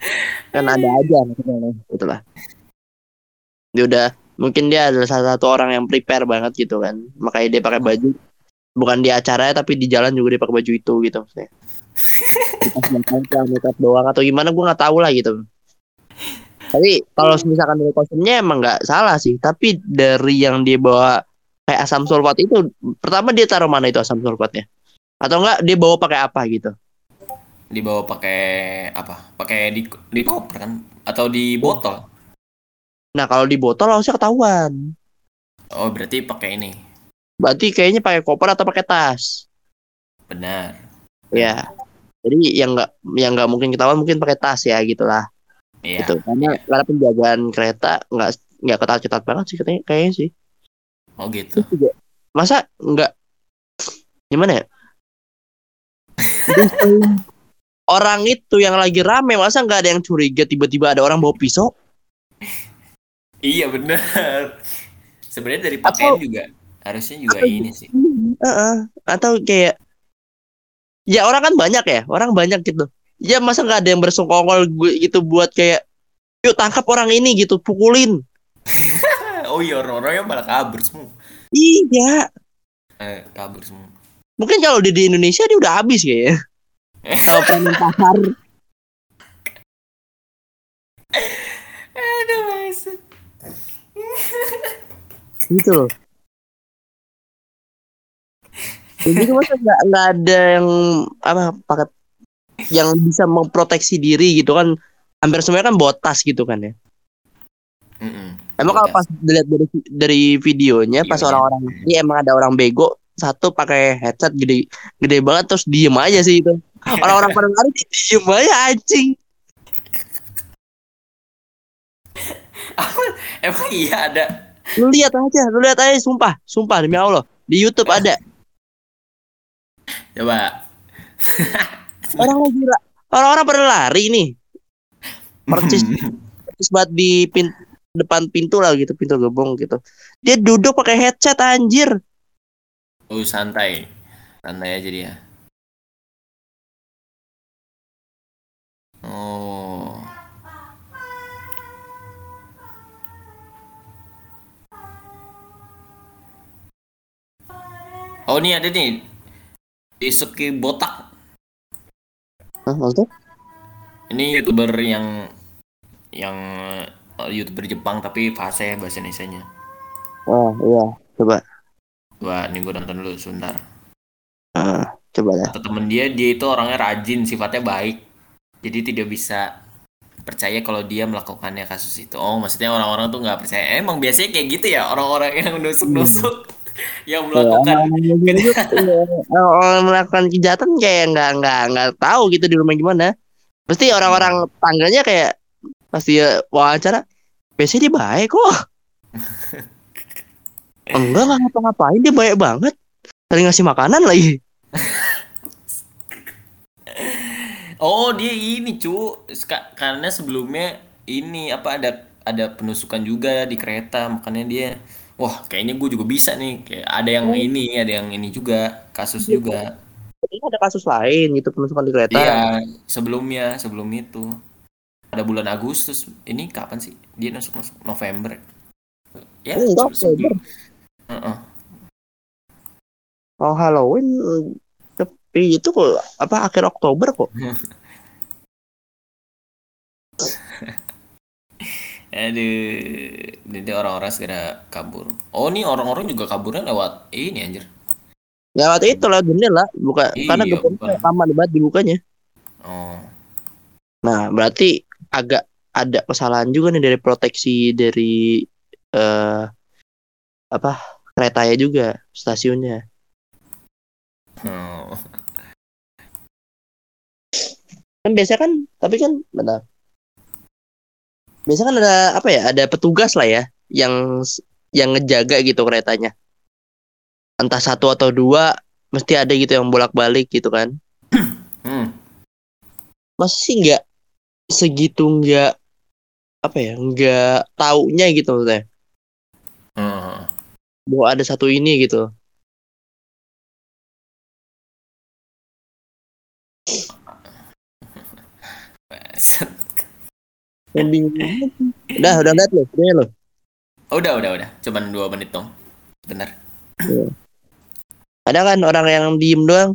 Kan ada aja maksudnya, itulah. Dia udah mungkin dia adalah salah satu orang yang prepare banget gitu kan. Makanya dia pakai baju bukan di acaranya tapi di jalan juga dia pakai baju itu gitu maksudnya. Pas makeup makeup doang atau gimana gue nggak tahu lah gitu. Tapi kalau misalkan dari kostumnya emang nggak salah sih. Tapi dari yang dia bawa kayak asam sulfat itu, pertama dia taruh mana itu asam sulfatnya? Atau enggak dia bawa pakai apa gitu? Dibawa pakai apa? Pakai di di koper kan? Atau di botol? Nah kalau di botol harusnya ketahuan. Oh, berarti pakai ini. Berarti kayaknya pakai koper atau pakai tas. Benar. Ya, Benar. jadi yang nggak yang nggak mungkin ketahuan mungkin pakai tas ya gitulah. Gitu. Iya, Karena iya. karena penjagaan kereta nggak nggak ketat-ketat banget sih katanya kayaknya sih. Oh gitu. Terus juga, masa nggak gimana ya? Justru orang itu yang lagi rame masa nggak ada yang curiga tiba-tiba ada orang bawa pisau Iya benar. Sebenarnya dari pakaian atau juga harusnya juga atau ini sih. Heeh. Atau kayak ya orang kan banyak ya orang banyak gitu ya masa nggak ada yang bersongkol gue gitu buat kayak yuk tangkap orang ini gitu pukulin Oh iya, orang-orangnya malah kabur semua. iya Eh, kabur semua. mungkin kalau di, di Indonesia dia udah habis kayaknya sama preman pasar Aduh, maksud. gitu loh ya gitu masa nggak nggak ada yang apa pakai yang bisa memproteksi diri gitu kan hampir semuanya kan bawa tas gitu kan ya. Mm-mm, Emang kalau botas. pas dilihat dari dari videonya, pas Videonya. orang-orang ini emang ada orang bego, satu pakai headset gede gede banget terus diem aja sih itu. Orang-orang pada lari dia diem aja anjing. Apa? Emang iya ada. Lu lihat aja, lu lihat aja sumpah, sumpah demi Allah. Di YouTube ada Coba. orang lagi la- orang-orang pada lari nih. Percis percis banget di pin, depan pintu lah gitu, pintu gerbong gitu. Dia duduk pakai headset anjir. Oh, santai. Santai aja dia. Oh. Oh, ini ada nih. Isuki Botak. Hah, maksudnya? Ini YouTuber yang yang eh, YouTuber Jepang tapi fase bahasa Indonesianya. Oh iya, coba. Wah, ini gue nonton dulu sebentar. Ah, coba dah. Kata temen dia, dia itu orangnya rajin, sifatnya baik. Jadi tidak bisa percaya kalau dia melakukannya kasus itu. Oh, maksudnya orang-orang tuh nggak percaya. Emang biasanya kayak gitu ya, orang-orang yang Hmm. nusuk-nusuk, yang Ya, melakukan orang-orang yang ke- itu orang melakukan kejahatan kayak nggak nggak nggak tahu gitu di rumah gimana. Pasti orang-orang Hmm. tangganya kayak pasti ya, wawancara. Biasanya dia baik kok. Enggak nggak ngapa-ngapain dia baik banget. Sering ngasih makanan lagi. Oh, dia ini, cu. Ska- Karena sebelumnya ini apa ada ada penusukan juga di kereta, makanya dia, wah, kayaknya gue juga bisa nih. Kayak ada yang Oh, ini, ada yang ini juga, kasus gitu. juga. Ini ada kasus lain gitu penusukan di kereta. Iya, sebelumnya, sebelum itu. Pada bulan Agustus. Ini kapan sih? Dia masuk masuk November. Ya, Enggak, se- Oktober. sebelum. Heeh. Oh Halloween tapi itu kok apa akhir Oktober kok. Aduh, jadi orang-orang segera kabur. Oh, ini orang-orang juga kaburnya lewat ini anjir. Ya waktu itu lah jendela buka karena Iya, bukan. gerbongnya lama banget dibukanya. Oh. Nah, berarti agak ada kesalahan juga nih dari proteksi dari eh apa keretanya juga stasiunnya. Oh. Kan biasa kan tapi kan benar. Biasa kan ada apa ya? Ada petugas lah ya yang yang ngejaga gitu keretanya. Entah satu atau dua mesti ada gitu yang bolak-balik gitu kan. Hmm. Masih sih nggak segitu nggak apa ya? Nggak taunya gitu maksudnya. Heeh. Bahwa ada satu ini gitu. Yang bingung. Udah, udah lihat loh, udah loh. Oh, udah, udah, udah. Cuman dua menit dong. Bener. Iya. Ada kan orang yang diem doang.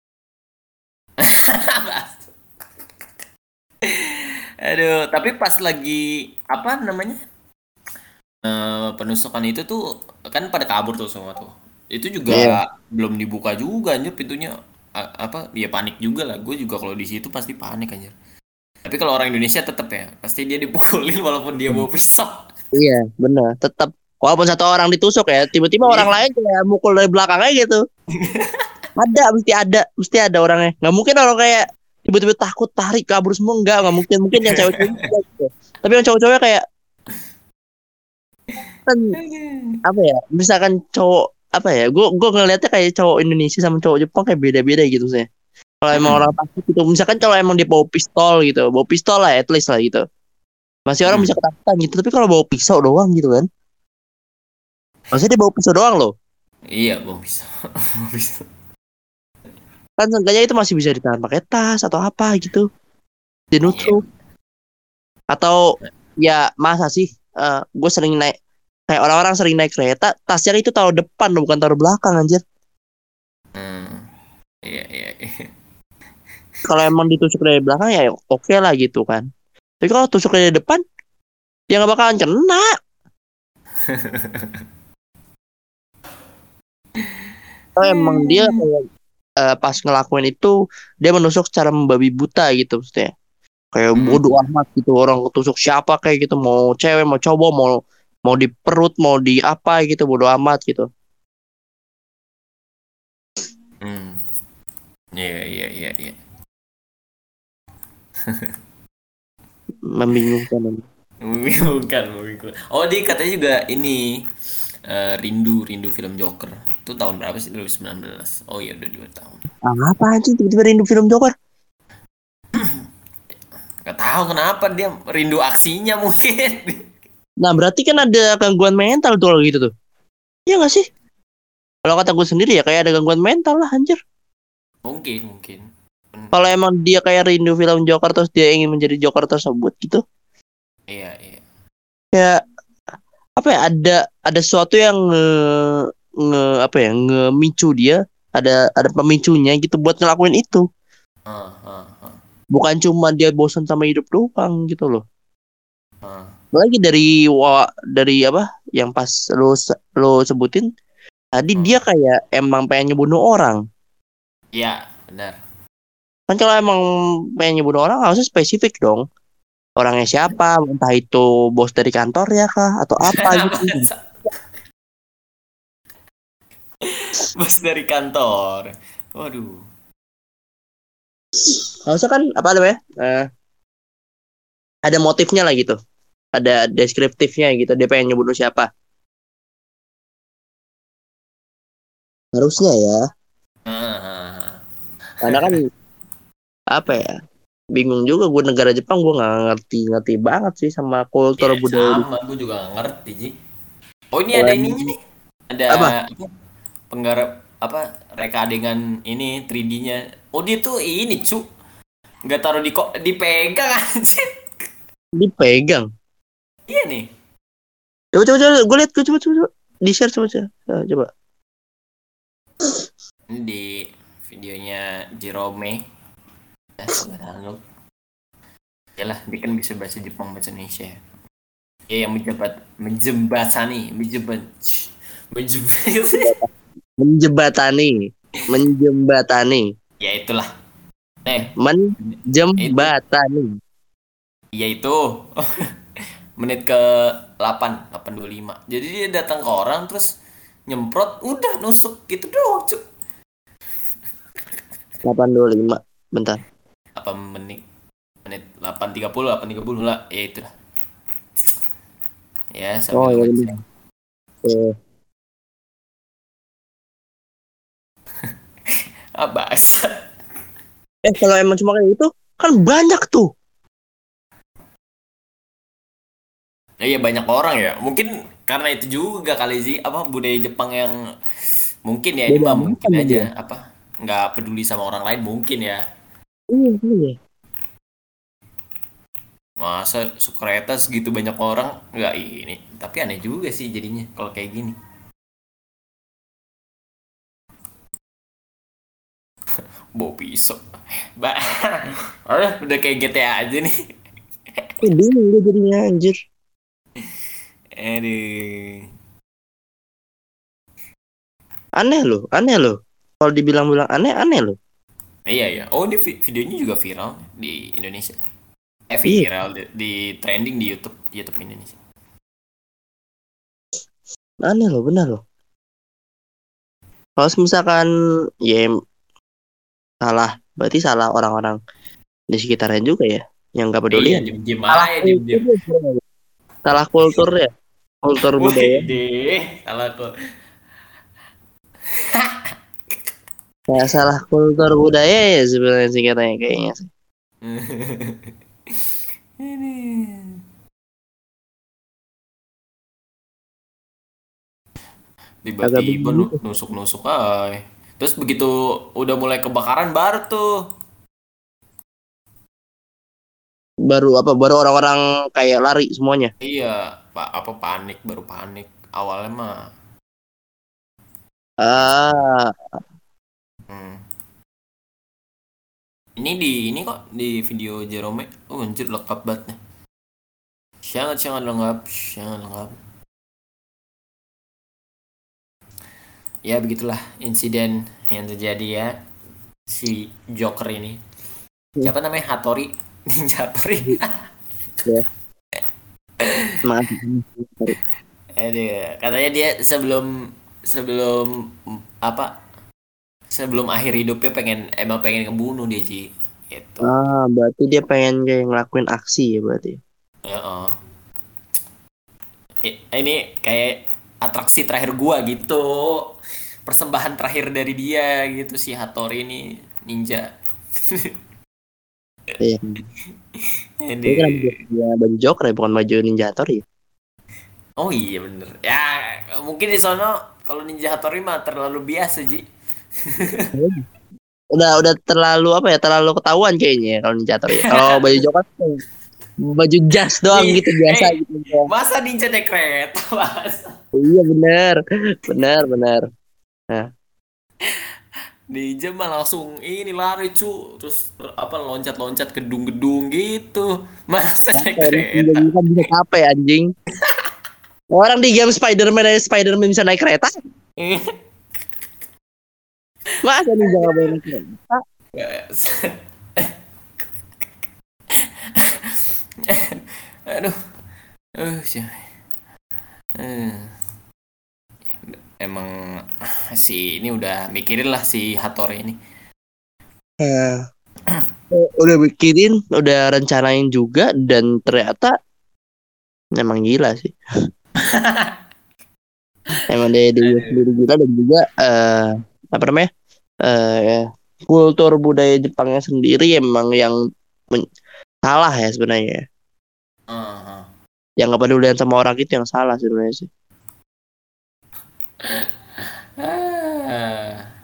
Aduh, tapi pas lagi apa namanya? Eh, penusukan itu tuh kan pada kabur tuh semua tuh. Itu juga Iya. belum dibuka juga anjir pintunya. A- apa? Ya panik juga lah. Gue juga kalau di situ pasti panik aja. Tapi kalau orang Indonesia tetap ya, pasti dia dipukulin walaupun dia bawa pisau. Iya, benar. Tetap walaupun satu orang ditusuk ya, tiba-tiba orang Iya. lain kayak mukul dari belakangnya gitu. Ada, mesti ada, mesti ada orangnya. Nggak mungkin orang kayak tiba-tiba takut tarik kabur semua, enggak, nggak mungkin. Mungkin yang cewek-cewek juga gitu. Tapi yang cowok-cowok kayak kan apa ya? Misalkan cowok apa ya? Gue gue ngeliatnya kayak cowok Indonesia sama cowok Jepang kayak beda-beda gitu sih. Kalau emang orang Mm-mm. takut gitu, misalkan kalau emang dia bawa pistol gitu, bawa pistol lah at least lah gitu. Masih orang bisa Mm-mm. ketakutan gitu. Tapi kalau bawa pisau doang gitu kan, maksudnya dia bawa pisau doang loh. Iya, bawa pisau. Bawa pisau. Kan seenggaknya itu masih bisa ditahan pakai tas atau apa gitu. Di Iya. nutruk. Atau ya masa sih eh gue sering naik kayak orang-orang sering naik kereta, tasnya itu taruh depan loh, bukan taruh belakang anjir. Hmm. Iya, iya, iya. Kalau emang ditusuk dari belakang ya oke lah gitu kan. Tapi kalau tusuk dari depan ya nggak bakalan kena. Kalau emang dia kayak eh, pas ngelakuin itu dia menusuk secara membabi buta gitu maksudnya. Kayak bodoh Mm-mm. amat gitu orang ketusuk siapa kayak gitu mau cewek mau cowok mau mau di perut mau di apa gitu bodoh amat gitu. Hmm. Iya, iya, iya, iya. Membingungkan. Bukan, bukan. Oh, dia katanya juga ini eh, rindu, rindu film Joker. Itu tahun berapa sih? Dua ribu sembilan belas. Oh iya, udah dua tahun. Ah, apa anjing tiba-tiba rindu film Joker? Gak tahu kenapa dia rindu aksinya mungkin. Nah, berarti kan ada gangguan mental tuh kalau gitu tuh. Iya gak sih? Kalau kata gue sendiri ya kayak ada gangguan mental lah anjir. Mungkin, mungkin. Hmm. Kalau emang dia kayak rindu film Joker terus dia ingin menjadi Joker tersebut gitu. Iya, iya. Ya apa ya ada ada sesuatu yang nge, nge apa ya ngemicu dia. Ada ada pemicunya gitu buat ngelakuin itu. Ah, ah, ah, Bukan cuma dia bosan sama hidup doang gitu loh. ah. Lagi dari wa, dari apa yang pas lo se- lo sebutin tadi Hmm. dia kayak emang pengen ngebunuh orang. Iya, benar. Kan kalau emang pengen ngebunuh orang harusnya spesifik dong. Orangnya siapa, entah itu bos dari kantor ya kah atau apa gitu. Bos dari kantor. Waduh. Harusnya kan apa namanya? Eh, ada motifnya lah gitu. Ada deskriptifnya gitu. Dia pengen ngebunuh siapa. Harusnya ya. Ah, ah, ah. Karena kan apa ya? Bingung juga gue negara Jepang gue nggak ngerti-ngerti banget sih sama kultur Ya budaya di sama, gue juga gak ngerti Ji. Oh, ini kalau ada emang- ininya nih. Ada apa? apa, penggarap apa reka adegan ini tiga D-nya. Oh, dia tuh ini cu nggak taruh di kok dipegang anjir. Dipegang. Iya nih. Coba coba coba gue lihat gue coba coba, coba. Di share coba coba. Eh, coba. Ini di videonya Jerome. Ya, sekarang ya lah, dia kan bisa bahasa Jepang bahasa Indonesia. Ya yang menjabat menjembatani, menjebat menjebat. Menjembatani. Menjembatani. Ya itulah. Eh, itu. Menjembatani. Ya itu. Menit ke delapan, delapan dua puluh lima. Jadi dia datang ke orang terus nyemprot, udah nusuk gitu doang, cuk. delapan dua puluh lima. Bentar. Apa menit? Menit delapan tiga puluh, delapan tiga puluh lah. Ya itulah. Ya, Oh sambil ya ini. ngecek. Eh, Ah, bahasa. eh kalau emang cuma kayak gitu kan banyak tuh. Ya, iya banyak orang ya. Mungkin karena itu juga kali sih apa budaya Jepang yang mungkin ya ini Beda mah apa mungkin aja dia? apa nggak peduli sama orang lain mungkin ya. Iya, iya. Masa sekereta segitu banyak orang nggak ini. Tapi aneh juga sih jadinya kalau kayak gini. Bawa pisau. Bah, udah kayak G T A aja nih. Eh, bingung gue jadinya anjir. Aduh. Aneh loh, aneh loh. Kalau dibilang-bilang aneh, aneh loh. Iya ya. Oh, ini vi- videonya juga viral di Indonesia. Eh Iya, viral di, di trending di YouTube, YouTube Indonesia. aneh loh, benar loh. Kalau misalkan ya salah, berarti salah orang-orang di sekitarnya juga ya, yang nggak Iya, pedulian. diem-diem Salah aja, kultur diem-diem. ya, sebenarnya. Salah kultur ya, kultur budaya. Wih, deh. Salah kok. Ya, salah kultur budaya ya sebenarnya sih katanya kayaknya sih. Ini. Agak Tiba-tiba bingung nu- gitu. nusuk-nusuk ay. Terus begitu udah mulai kebakaran baru tuh. Baru apa? Baru orang-orang kayak lari semuanya. Iya, Pak, apa panik baru panik. Awalnya mah biasa. Ah, Hmm. Ini di ini kok di video Jerome. Oh, anjir lengkap banget nih. Sangat sangat lengkap, sangat lengkap. Ya begitulah insiden yang terjadi ya si Joker ini. Siapa namanya Hattori? Ninja Hattori. ya. Makasih. Aduh, katanya dia sebelum sebelum apa? Sebelum akhir hidupnya pengen emang pengen ngebunuh dia Ji. Gitu. Ah, berarti dia pengen kayak ngelakuin aksi ya berarti. Ya, oh. I- Ini kayak atraksi terakhir gua gitu. Persembahan terakhir dari dia gitu si Hattori ini ninja. Iya. Tapi kenapa dia Aduh. dia baju Joker ya, bukan baju Ninja Hattori ya? Oh iya bener. Ya mungkin di sono kalau Ninja Hattori mah terlalu biasa Ji. Udah udah terlalu apa ya? Terlalu ketahuan kayaknya ya kalau Ninja Hattori ya. Kalau baju Joker tuh baju jas doang Nih, gitu biasa eh gitu ya. masa ninja naik kereta mas? Iya benar. Benar, benar. Nah, Ninja mah langsung ini lari cu, terus apa loncat-loncat gedung-gedung gitu. Masa naik capek Ninja kereta? kan bisa capek anjing. Orang di game Spider-Man aja Spider-Man bisa naik kereta. Masa Ninja nggak boleh naik kereta? Aduh, uh, sih. Eh, emang si ini udah mikirin lah si Hattori ini. Nah, udah bikin, udah rencanain juga dan ternyata emang gila sih. Emang dia, dia Aduh. sendiri gila dan juga eh apa namanya? eh kultur budaya Jepangnya sendiri emang yang men- salah ya sebenarnya. Uh-huh. Yang nggak pedulian sama orang itu yang salah sebenarnya sih. Ah.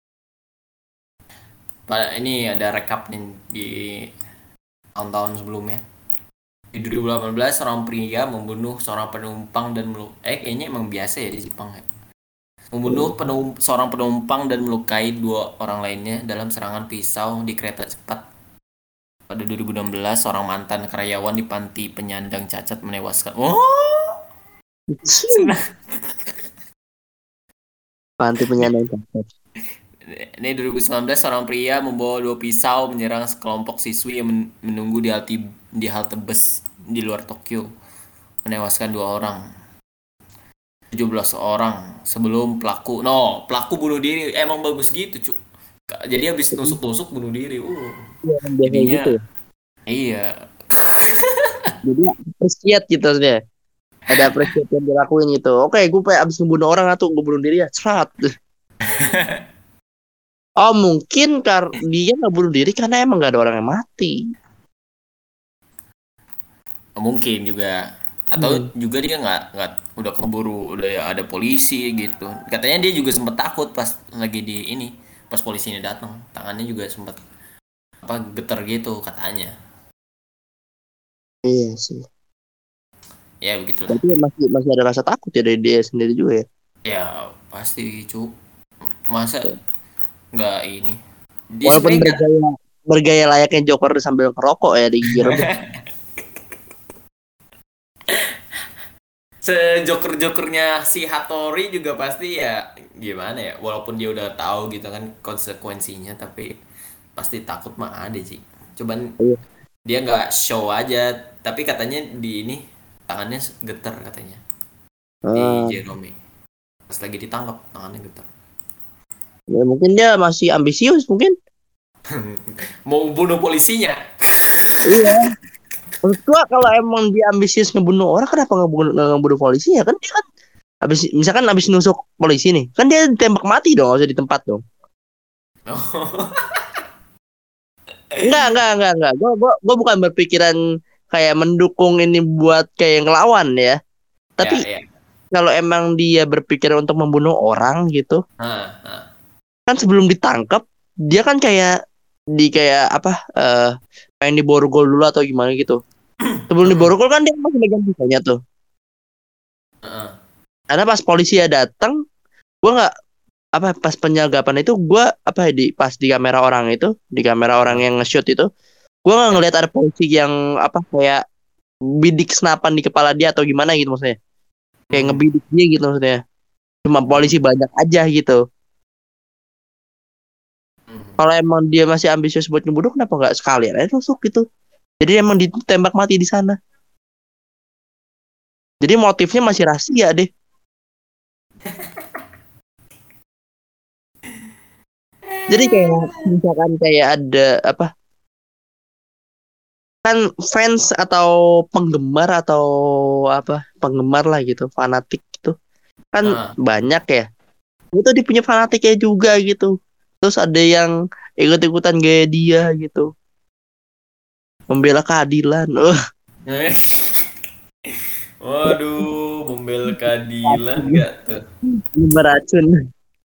Pa- Ini ada rekap nih di tahun-tahun sebelumnya. Di dua ribu delapan belas, seorang pria membunuh seorang penumpang dan melu eh kayaknya emang biasa ya di Jepang ya. Membunuh penum seorang penumpang dan melukai dua orang lainnya dalam serangan pisau di kereta cepat. Pada dua ribu enam belas, seorang mantan karyawan di panti penyandang cacat menewaskan. Oh, sebenarnya Panti penyandang cacat. ini dua ribu sembilan belas, seorang pria membawa dua pisau menyerang sekelompok siswi yang men- menunggu di halte di halte bus di luar Tokyo, menewaskan dua orang. Tujuh belas orang sebelum pelaku no pelaku bunuh diri emang bagus gitu cu, jadi habis nusuk-nusuk bunuh diri uh Iya, kan biasa gitu jadinya ya. iya. Jadi appreciate gitu maksudnya. Ada appreciate yang dilakuin gitu. Oke, gue pengen abis ngebunuh orang atau gue bunuh diri ya. Serat. Oh mungkin karena dia nggak bunuh diri karena emang nggak ada orang yang mati. Mungkin juga atau Hmm. juga dia nggak nggak udah keburu udah ya ada polisi gitu, katanya dia juga sempat takut pas lagi di ini pas polisi ini datang tangannya juga sempat apa getar gitu katanya. Iya sih. Ya begitulah. Berarti masih masih ada rasa takut ya dari dia sendiri juga ya. Ya pasti cu. Masa nggak ini? Dia Walaupun sebenarnya nggak. bergaya bergaya layaknya Joker sambil ngerokok ya di gear. Sejoker-jokernya si Hattori juga pasti ya gimana ya, walaupun dia udah tahu gitu kan konsekuensinya, tapi pasti takut mah ada sih. Cuman Iya. dia nggak show aja, tapi katanya di ini tangannya getar katanya di Ah, Jerome pas lagi ditangkap tangannya getar. ya mungkin dia masih ambisius mungkin. Mau bunuh polisinya. Iya. Menurut gua kalau emang dia ambisius ngebunuh orang, kenapa ngebunuh nggak ngebunuh polisi ya? Kan dia kan habis misalkan habis nusuk polisi nih, kan dia tembak mati dong, harusnya di tempat dong. Enggak, enggak, enggak, enggak. Gua gua gua bukan berpikiran kayak mendukung ini buat kayak ngelawan ya. Ya, Tapi ya. kalau emang dia berpikir untuk membunuh orang gitu, Hah, hah. kan sebelum ditangkap dia kan kayak di kayak apa eh pengen diborgol dulu atau gimana gitu. Sebelum Mm-mm. diborgol kan dia masih megang pisaunya tuh. Heeh. Karena pas polisi ya datang, gua nggak apa pas penyagapan itu gua apa ya, di pas di kamera orang itu, di kamera orang Heeh. yang nge-shoot itu, gua nggak Ya. ngelihat ada polisi yang apa kayak bidik senapan di kepala dia atau gimana gitu maksudnya. Kayak Mm. ngebidik dia gitu maksudnya. Cuma Mm. polisi banyak aja gitu. Mm. Kalau emang dia masih ambisius buat ngebunuh, kenapa nggak sekalian aja tusuk gitu. Jadi emang ditembak mati di sana. Jadi motifnya masih rahasia deh. Jadi kayak misalkan kayak ada apa kan fans atau penggemar atau apa penggemar lah gitu, fanatik gitu kan Ah. banyak ya. Itu dia punya fanatiknya juga gitu. Terus ada yang ikut-ikutan gaya dia gitu, membela keadilan. Uh, Waduh, membela keadilan nggak tuh? beracun.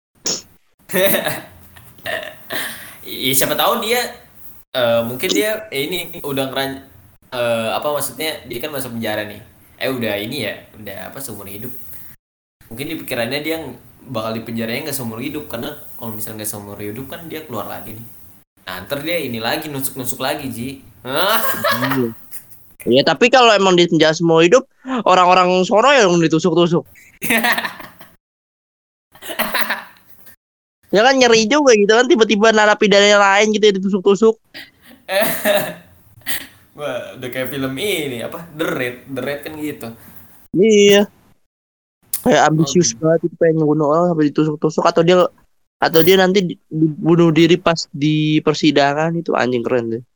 Iya, siapa tahu dia eh, mungkin dia eh, ini udah ngeran eh, apa maksudnya dia kan masuk penjara nih. Eh udah ini ya, udah apa seumur hidup. Mungkin di pikirannya dia ng- bakal di penjaranya nggak seumur hidup karena kalau misalnya nggak seumur hidup kan dia keluar lagi nih. Nah, ntar dia ini lagi nusuk-nusuk lagi, Ji. Hah? Ya tapi kalau emang di penjara semua hidup, orang-orang sono yang ditusuk-tusuk. Ya kan nyeri juga gitu kan, tiba-tiba narapidana lain gitu ya ditusuk-tusuk. Wah, udah kayak film ini apa? The Raid, The Raid kan gitu. Iya, kayak Oh, ambisius gitu. banget itu pengen ngebunuh orang sampai ditusuk-tusuk atau dia atau dia nanti di- dibunuh diri pas di persidangan itu anjing keren deh.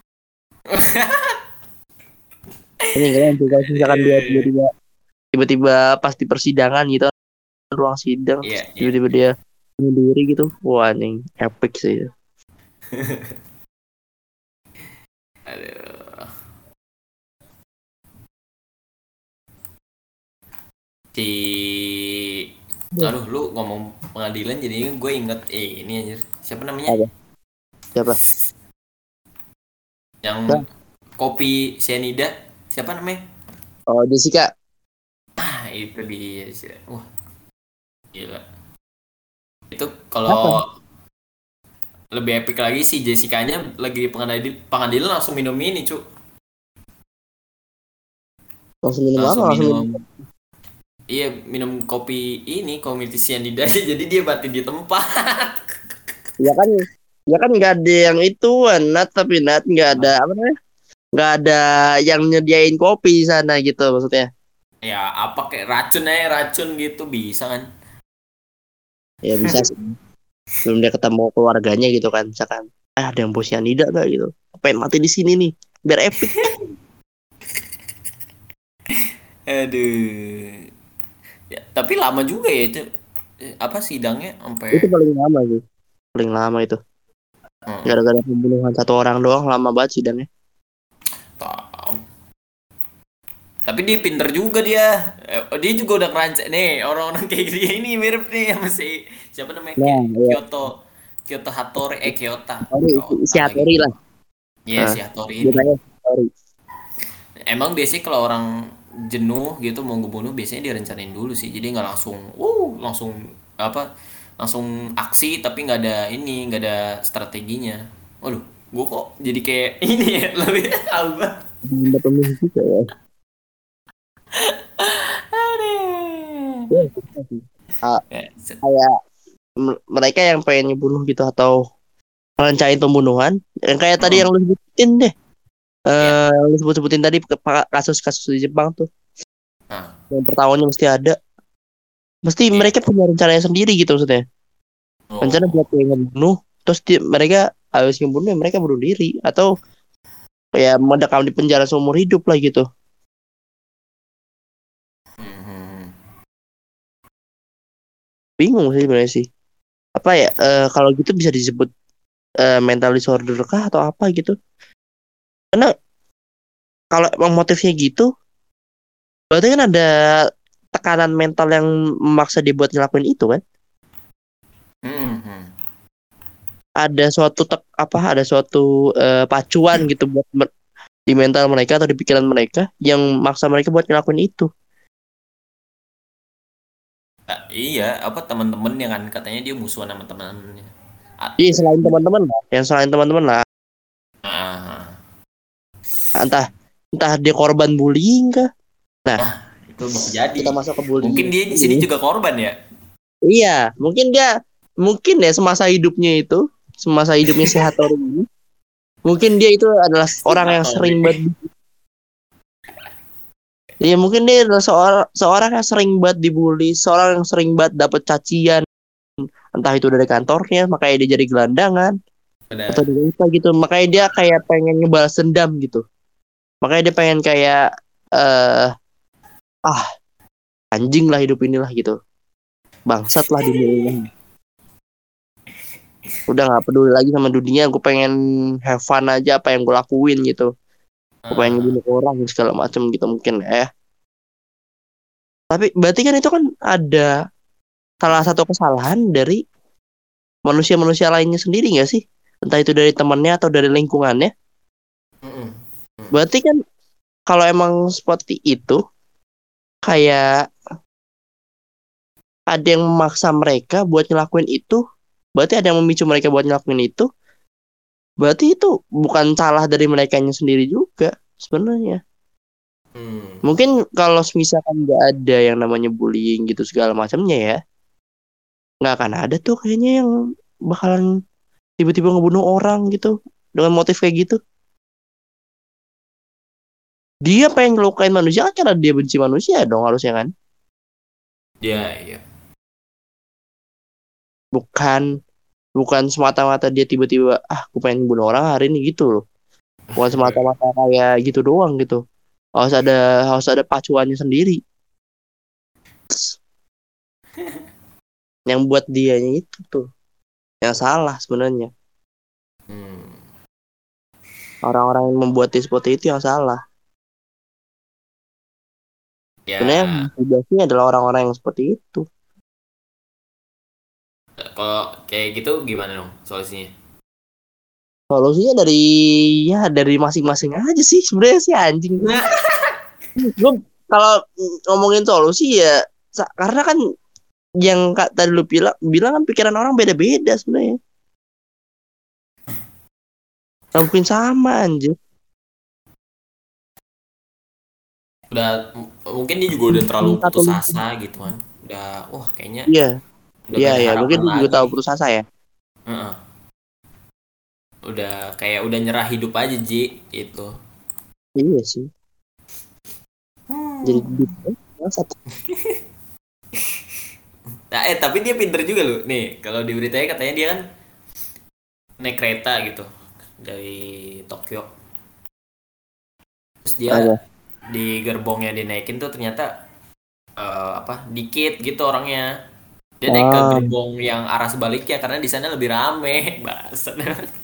Anjing keren tuh kalau misalkan dia Iya, tiba-tiba tiba-tiba pas di persidangan gitu ruang sidang terus iya, iya. tiba-tiba dia bunuh diri gitu. Wah anjing epic sih. Aduh. Si aduh lu ngomong pengadilan jadinya gue inget eh, ini anjir. Siapa namanya? Apa? Siapa? Yang Siapa? kopi cyanida. Siapa namanya? Oh Jessica. Ah, itu dia sih. Wah, gila. Itu Apa? kalau lebih epic lagi sih Jessica-nya lagi di pengadilan, pengadilan langsung minum ini, Cuk. Langsung minum apa? Langsung Langsung minum. minum. Iya, minum kopi ini komiti cyanida jadi dia batin di tempat. Ya kan, ya kan nggak ada yang itu, Nat tapi Nat nggak ada apa namanya? Nggak ada yang nyediain kopi di sana gitu maksudnya. Ya, apa kayak racun aja, racun gitu bisa kan. Ya bisa sih. Belum dia ketemu keluarganya gitu kan, misalkan. Ah, ada yang bos Yanida gak gitu? Pengen mati di sini nih, biar epic. Aduh. Ya, tapi lama juga ya itu. Eh, Apa sidangnya Itu sampai paling lama sih, paling lama itu. Heeh. Gara-gara pembunuhan satu orang doang lama banget sidangnya. Tahu. Tapi dia pinter juga dia. Eh, Dia juga udah kerancang nih orang-orang kayak gini ini mirip nih sama si siapa namanya Nah, Ki- ya, Kyoto Kyoto Hattori eh Kyoto sorry, si Kyoto lagi. Hattori lah. Iya Nah, si Hattori dia ini. tanya sorry. emang biasanya kalau orang jenuh gitu mau ngebunuh biasanya direncanain dulu sih. Jadi nggak langsung, uh, langsung apa, langsung aksi tapi nggak ada ini, nggak ada strateginya. Waduh, gua kok jadi kayak ini ya lebih apa? Benda pemilih juga ya. Aduh. Ya, susah sih. Ah, Ya, set. kayak m- mereka yang pengen ngebunuh gitu atau merencanain pembunuhan, yang kayak tadi yang Mm, lu sebutin deh, ya. eh yang lu sebut-sebutin tadi ke- pa- kasus-kasus di Jepang tuh, Nah, yang pertamanya mesti ada, mesti ya. mereka punya rencananya sendiri gitu maksudnya, rencana buat Oh. kayak ngebunuh, terus di- mereka habis ngebunuh ya mereka bunuh diri atau kayak mendekam di penjara seumur hidup lah gitu. Mhm. Bingung sih sebenarnya sih. Apa ya? Eh, kalau gitu bisa disebut eh, mental disorder kah atau apa gitu? Karena kalau emang motifnya gitu, berarti kan ada tekanan mental yang memaksa dia buat ngelakuin itu kan? Mhm. Ada suatu tek, apa? Ada suatu eh, pacuan gitu buat mer- di mental mereka atau di pikiran mereka yang maksa mereka buat ngelakuin itu. Ah, iya, apa teman-temannya kan katanya dia musuhan sama teman-temannya. Ah, Jadi selain teman-teman lah, yang selain teman-teman lah, ah, entah entah dia korban bullying kah? Nah, ah, itu bisa jadi. kita masuk ke Mungkin bullying dia di sini ini. juga korban ya. Iya, mungkin dia mungkin ya semasa hidupnya itu, semasa hidupnya si Hattori ini, mungkin dia itu adalah Si orang yang sering Hattori. banget. Iya, mungkin dia adalah seorang seorang yang sering banget dibully, seorang yang sering banget dapet cacian, entah itu dari kantornya, makanya dia jadi gelandangan atau Benar. dari apa gitu. Makanya dia kayak pengen ngebalas dendam gitu. Makanya dia pengen kayak eh ah anjing lah hidup inilah gitu. Bangsat lah dunia ini. Udah nggak peduli lagi sama dunia, gue pengen have fun aja apa yang gue lakuin gitu. Gue pengen Ah, ngebunuh orang segala macam gitu mungkin eh. Tapi berarti kan itu kan ada salah satu kesalahan dari manusia-manusia lainnya sendiri nggak sih? Entah itu dari temannya atau dari lingkungannya. mm-mm, mm. Berarti kan kalau emang seperti itu, kayak ada yang memaksa mereka buat ngelakuin itu, berarti ada yang memicu mereka buat ngelakuin itu, berarti itu bukan salah dari mereka sendiri juga sebenarnya. Hmm. Mungkin kalau misalkan nggak ada yang namanya bullying gitu segala macamnya ya, nggak akan ada tuh kayaknya yang bakalan tiba-tiba ngebunuh orang gitu dengan motif kayak gitu. Dia pengen ngelukain manusia kan karena dia benci manusia dong harusnya kan. Ya, iya. Bukan bukan semata-mata dia tiba-tiba ah aku pengen bunuh orang hari ini gitu loh. Bukan semata-mata kayak gitu doang gitu. Harus ada harus ada pacuannya sendiri. Yang buat dianya itu tuh yang salah sebenarnya. Hmm. Orang-orang yang membuat dia seperti itu yang salah. Sebenarnya yang Ya, tugasnya adalah orang-orang yang seperti itu. kalau kayak gitu gimana dong solusinya? Solusinya dari ya dari masing-masing aja sih sebenarnya sih anjing. Gue kalau ngomongin solusi ya sa- karena kan yang kak tadi lu bilang bilang kan pikiran orang beda-beda sebenarnya. Nggak mungkin sama anjir. Udah m- mungkin dia juga udah terlalu Satu putus lingkup. asa gitu kan. Udah, wah kayaknya Iya, udah iya, gak ada iya. Mungkin harapan dia juga lagi. tahu putus asa ya. Heeh. Udah kayak udah nyerah hidup aja Ji itu. Iya sih. Jadi gitu. Satu. Nah, eh tapi dia pinter juga loh. Nih, kalau di beritanya katanya dia kan naik kereta gitu dari Tokyo. Terus dia Apa? di gerbongnya dinaikin tuh ternyata eh, apa? Dikit gitu orangnya. Dia naik ke Ah, gerbong yang arah sebaliknya karena di sana lebih rame. Bangsat.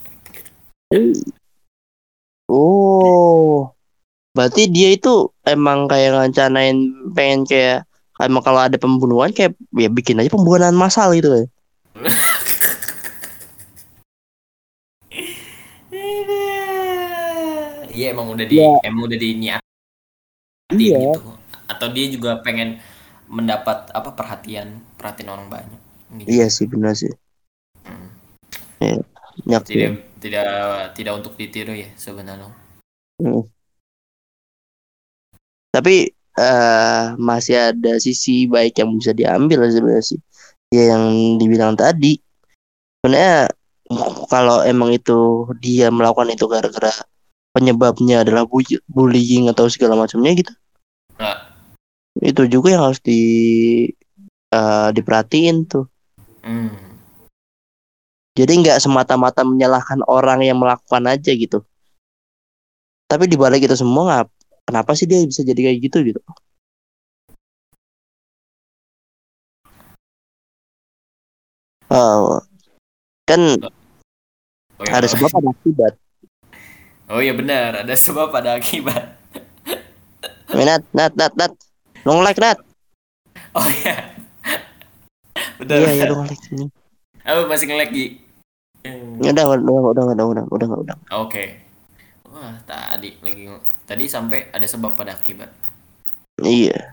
oh, berarti dia itu emang kayak ngancanain pengen kayak emang kalau ada pembunuhan kayak ya bikin aja pembunuhan massal gitu ya. Iya emang udah di Ya, emang udah diniat Iya, gitu, atau dia juga pengen mendapat apa perhatian perhatian orang banyak ini iya juga. sih benar sih. Hmm. Ya, banyak sih. tidak tidak tidak untuk ditiru ya sebenarnya. Hmm. Tapi eh masih ada sisi baik yang bisa diambil sebenarnya sih. Ya yang dibilang tadi. Sebenarnya kalau emang itu dia melakukan itu gara-gara penyebabnya adalah bu- bullying atau segala macamnya gitu. Nggak. Itu juga yang harus di eh, diperhatiin tuh. Hmm. Jadi nggak semata-mata menyalahkan orang yang melakukan aja gitu. Tapi di balik itu semua ngap- kenapa sih dia bisa jadi kayak gitu gitu? Oh, kan Oh ada ya. sebab ada akibat. Oh ya benar, ada sebab ada akibat. Nat, nat, nat, nat. Long like nat. Oh ya, benar Iya, iya benar. long like ini. Aku masih nge-lag Gi. Hmm. Ya udah, udah, udah, udah, udah, udah, udah, udah, udah. Oke. Wah, tadi lagi ngo- tadi sampai ada sebab pada akibat. Iya.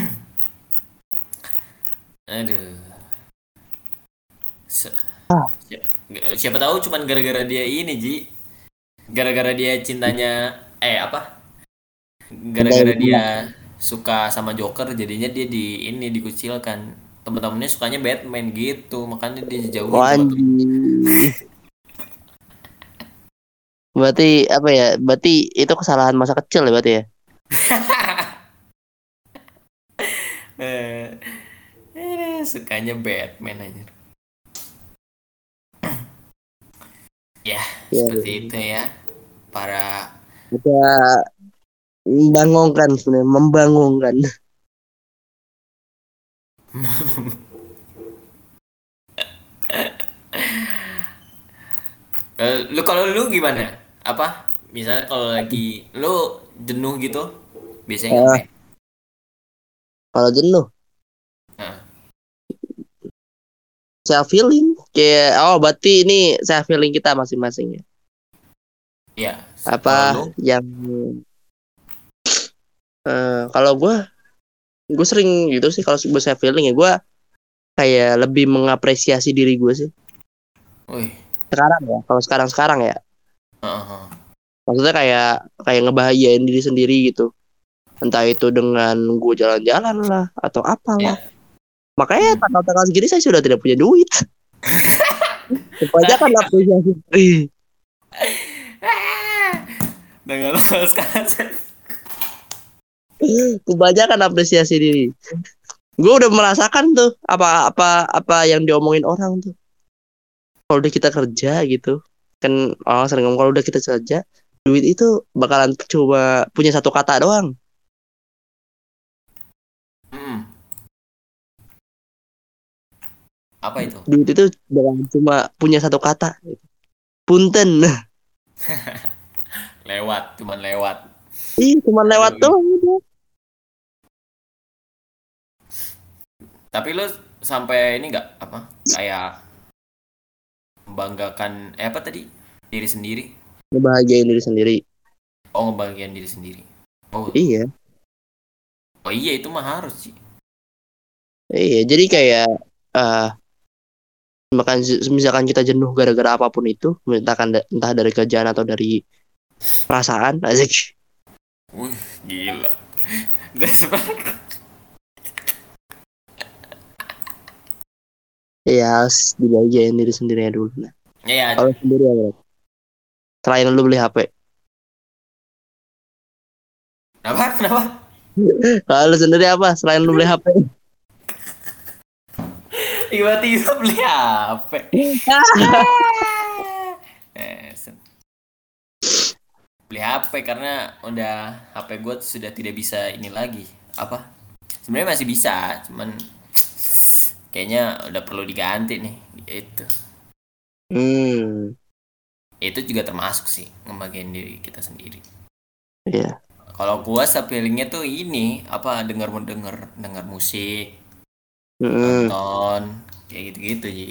Aduh. Se- Ah, si- Siapa tahu cuman gara-gara dia ini, Ji. Gara-gara dia cintanya eh apa? cinta Gara-gara yang dia benar. suka sama Joker jadinya dia di ini dikucilkan. Temen-temennya sukanya Batman gitu, makanya dia Oh, dijauhin sama temen. anjing. Berarti apa ya? Berarti itu kesalahan masa kecil ya berarti ya? Eh, eh, sukanya Batman aja. Ya, Iya, seperti iya. itu ya. Para Kita membangunkan sebenarnya, membangunkan. Eh, lu kalau lu gimana? Apa? Misalnya kalau lagi lu jenuh gitu, biasanya Ah, ngapain? kalau jenuh, Nah, self healing. Kayak, oh berarti ini self healing kita masing-masing ya. ya, Apa kalau lu, yang eh, kalau gue, gue sering gitu sih kalau gue self healing ya gue kayak lebih mengapresiasi diri gue sih. wih, Sekarang ya, kalau sekarang-sekarang ya. heeh, Maksudnya kayak kayak ngebahagiain diri sendiri gitu. Entah itu dengan gue jalan-jalan lah atau apalah. ya, Makanya hmm. tanggal-tanggal segini saya sudah tidak punya duit. Kebanyakan apresiasi diri. Dengan lu sekarang, Kebanyakan apresiasi diri. Gue udah merasakan tuh apa apa apa yang diomongin orang tuh. Kalau udah kita kerja gitu, kan orang sering ngomong kalau udah kita kerja, duit itu bakalan coba punya satu kata doang. hmm. Apa itu? Duit itu bakalan cuma punya satu kata. Punten. Lewat, cuman lewat. Ih, cuma lewat Aduh. doang udah. Tapi lu sampai ini nggak apa? Kayak membanggakan eh apa tadi? Diri sendiri. Ngebahagiain diri sendiri. Oh, ngebahagiain diri sendiri. Oh, Iya. oh iya itu mah harus sih. Iya, jadi kayak eh misalkan, misalkan kita jenuh gara-gara apapun itu, entahkan entah dari kerjaan atau dari perasaan, asik. Wih, gila. Udah sebenarnya. Ya harus dibahagiain diri sendirinya dulu. Nah, Ya, ya. kalau sendiri ya, Bro. Selain lu beli H P. Kenapa? Kenapa? Kalau lu sendiri apa? Selain lu beli H P. Tiba-tiba beli H P. Eh, sen- beli H P karena udah H P gue sudah tidak bisa ini lagi. Apa? Sebenarnya masih bisa, cuman kayaknya udah perlu diganti nih. Itu. Hmm, Itu juga termasuk sih ngebagian diri kita sendiri. iya. Kalau gua feelingnya tuh ini apa denger denger denger musik, Hmm. nonton kayak gitu-gitu Ji.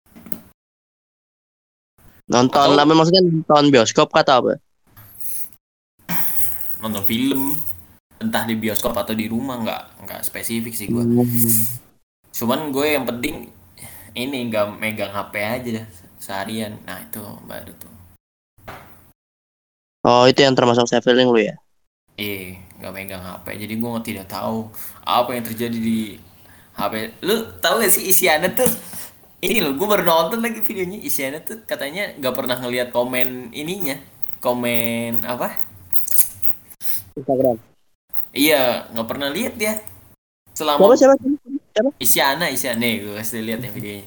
Nonton Atau lama maksudnya nonton bioskop kata apa? nonton film. entah di bioskop atau di rumah, nggak nggak spesifik sih gue. Hmm. Cuman gue yang penting ini nggak megang H P aja dah seharian. Nah itu baru tuh. Oh, itu yang termasuk self healing lu ya? Eh, nggak megang H P. Jadi gue tidak tahu apa yang terjadi di H P. Lu tahu gak sih isiannya tuh? Ini loh, gue baru nonton lagi videonya. Isiannya tuh katanya nggak pernah ngelihat komen ininya. Komen apa? Instagram. Iya, nggak pernah lihat dia. Selama Siapa siapa siapa? Siapa? Isyana, Isyana nih, gue kasih lihat yang videonya.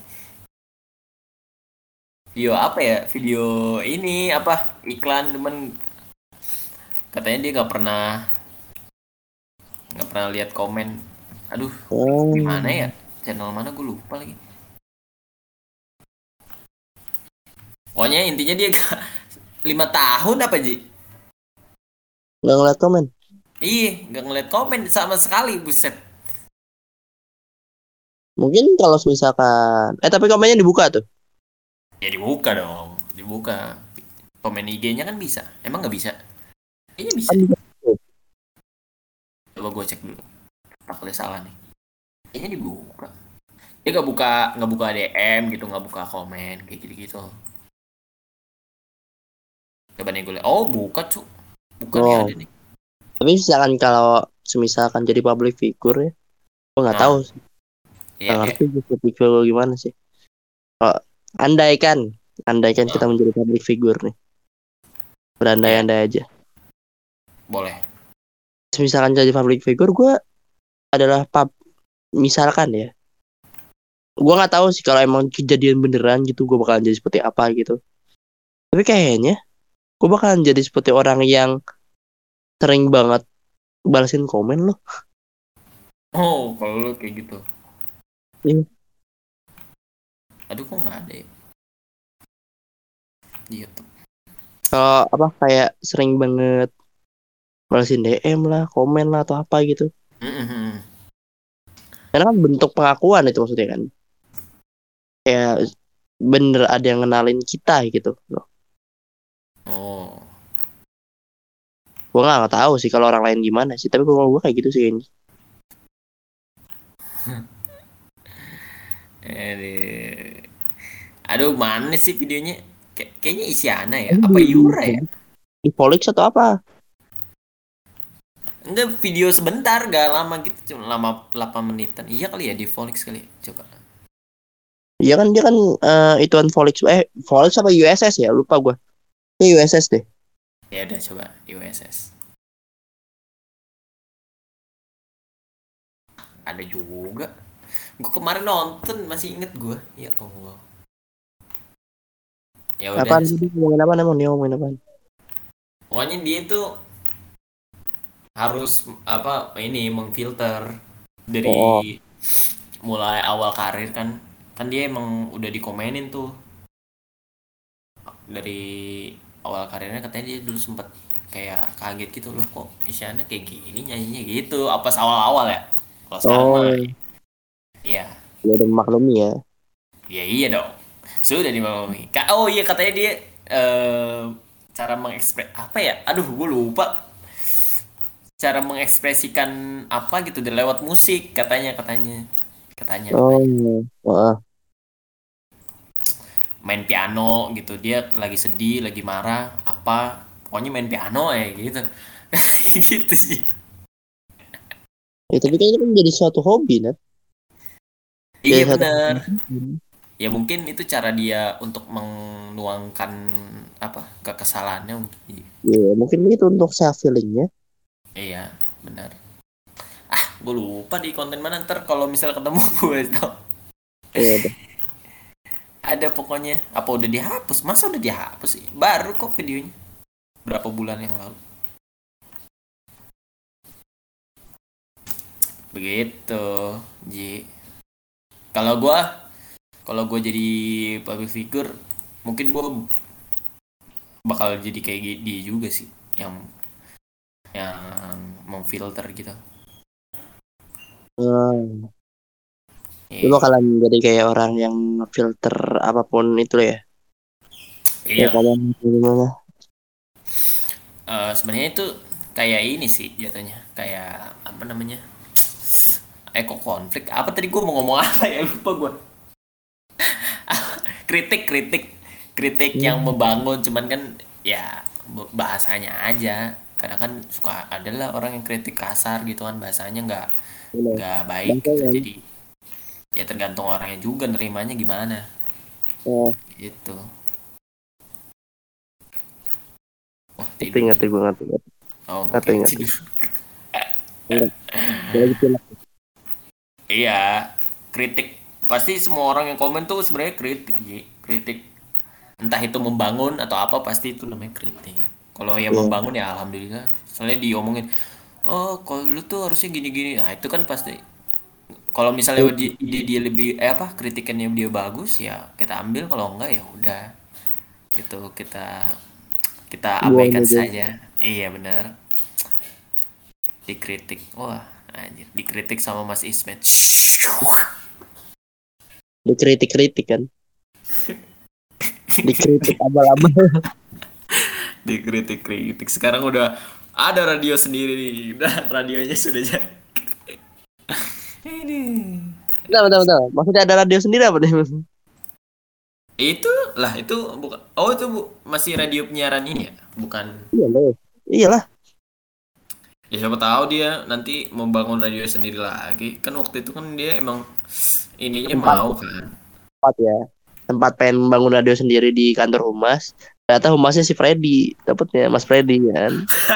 Video apa ya? Video ini apa? Iklan temen katanya dia nggak pernah nggak pernah lihat komen. Aduh, gimana ya? Oh, Channel mana gue lupa lagi. Pokoknya intinya dia gak lima tahun apa Ji? nggak ngeliat komen. Iya, nggak ngeliat komen sama sekali, buset. Mungkin kalau misalkan, eh tapi komennya dibuka tuh. Ya dibuka dong, dibuka. Komen I G-nya kan bisa. Emang nggak bisa? Kayaknya bisa Kan deh. bisa. Coba gue cek dulu. Takutnya salah nih. Kayaknya dibuka. Dia nggak buka nggak buka D M gitu, nggak buka komen kayak gitu-gitu. Coba nih gue liat. Oh, buka cuk. Buka nih Oh, ada nih. tapi misalkan kalau semisalkan jadi public figure ya, gue nggak tahu, Nah, sih. Nggak iya iya. ngerti public figure gimana sih. Oh, andai kan, andai kan kita Nah, menjadi public figure nih, iya, berandai-andai aja. boleh. Misalkan jadi public figure, gue adalah pub, misalkan ya, gue nggak tahu sih kalau emang kejadian beneran gitu, gue bakalan jadi seperti apa gitu. Tapi kayaknya gue bakalan jadi seperti orang yang sering banget balasin komen loh. Oh, kalau lu kayak gitu. Iya. Aduh, kok nggak ada ya di YouTube? Kalau apa kayak sering banget balasin D M lah, komen lah atau apa gitu. Mm-mm. Karena kan bentuk pengakuan itu maksudnya kan. Kayak bener ada yang ngenalin kita gitu loh. Oh, Gue nggak tahu sih kalau orang lain gimana sih. Tapi kalau gue kayak gitu sih kayaknya. eh, aduh mana sih videonya? Kay- kayaknya Isyana ya? Tapi Apa di, di, Yura ya? di Polix atau apa? Enggak video sebentar, gak lama gitu, cuma lama delapan menitan. Iya kali ya di Volix kali. Coba. Iya kan dia kan eh, ituan Polix. Eh Polix apa U S S ya? Lupa gue. Ya U S S deh. Ya udah coba di U S S. Ada juga. Gue kemarin nonton masih inget gue. Ya Allah. Ya udah. Apaan sih? Ngomongin apa namanya? Ngomongin apa? Pokoknya dia tuh harus apa ini mengfilter Oh, dari mulai awal karir kan. Kan dia emang udah dikomenin tuh dari awal karirnya, katanya dia dulu sempat kayak kaget gitu loh, kok Isyana kayak gini nyanyinya gitu apa awal-awal ya. Kalau sekarang mah oh, iya. ya udah maklumi ya. Ya iya dong, sudah dimaklumi. Kak, oh iya katanya dia eh, cara mengekspres apa ya, aduh gue lupa, cara mengekspresikan apa gitu dari lewat musik katanya katanya katanya katanya Oh, oh, main piano gitu, dia lagi sedih lagi marah apa pokoknya main piano ya gitu. Gitu sih. ya, tapi kan itu kan jadi suatu hobi kan. Jadi Iya satu bener. hobi. Ya mungkin itu cara dia untuk menuangkan apa kekesalannya mungkin. Ya, mungkin itu untuk self healingnya. Iya benar. Ah, gue lupa di konten mana, ntar kalau misal ketemu gue tau. Ya udah. Ada pokoknya. Apa udah dihapus? Masa udah dihapus sih? Baru kok videonya. Berapa bulan yang lalu. Begitu, Ji. Kalau gue, kalau gue jadi public figure, mungkin gue bakal jadi kayak dia juga sih, yang yang memfilter gitu. Hmm. Lu Iya, bakalan jadi kayak orang yang filter apapun itu ya. Kayak iya. komen gimana. Eh, sebenarnya itu kayak ini sih jatuhnya, kayak apa namanya, eko konflik apa tadi, gue mau ngomong apa ya, lupa gue. kritik kritik kritik yang Hmm, membangun, cuman kan ya bahasanya aja, kadang kan suka adalah orang yang kritik kasar gitu kan, bahasanya nggak benar. nggak baik Bangsa gitu, kan. jadi ya tergantung orangnya juga nerimanya gimana Oh, gitu. Oh ngerti tidur ngerti nih. gue ngerti ngerti Oh gue ngerti kira ngerti. tidur. Enggak, gue lagi pilek. Iya, kritik pasti semua orang yang komen tuh sebenarnya kritik, Ji. Kritik entah itu membangun atau apa, pasti itu namanya kritik. Kalau yang Iya. membangun ya alhamdulillah. Soalnya diomongin, oh kalau lu tuh harusnya gini-gini. Nah itu kan pasti. Kalau misalnya dia, dia, dia lebih eh apa kritikannya dia bagus ya kita ambil, kalau enggak ya udah. Itu kita kita Buang abaikan aja. saja. Iya benar. Dikritik. Wah, anjir. Dikritik sama Mas Ismet. Dikritik-kritik kan. Dikritik abal-abal. Dikritik-kritik. Sekarang udah ada radio sendiri nih. Udah radionya sudah jadi. Ini. Bentar, bentar, bentar. Maksudnya ada radio sendiri apa deh? Itu lah itu bukan. Oh itu bu, masih radio penyiaran ini ya? Bukan. Iya loh. Iyalah. Ya siapa tahu dia nanti membangun radio sendiri lagi. Kan waktu itu kan dia emang ininya Tempat, mau kan. tempat ya. Tempat pengen bangun radio sendiri di kantor humas. Ternyata humasnya si Freddy. Dapatnya Mas Freddy kan.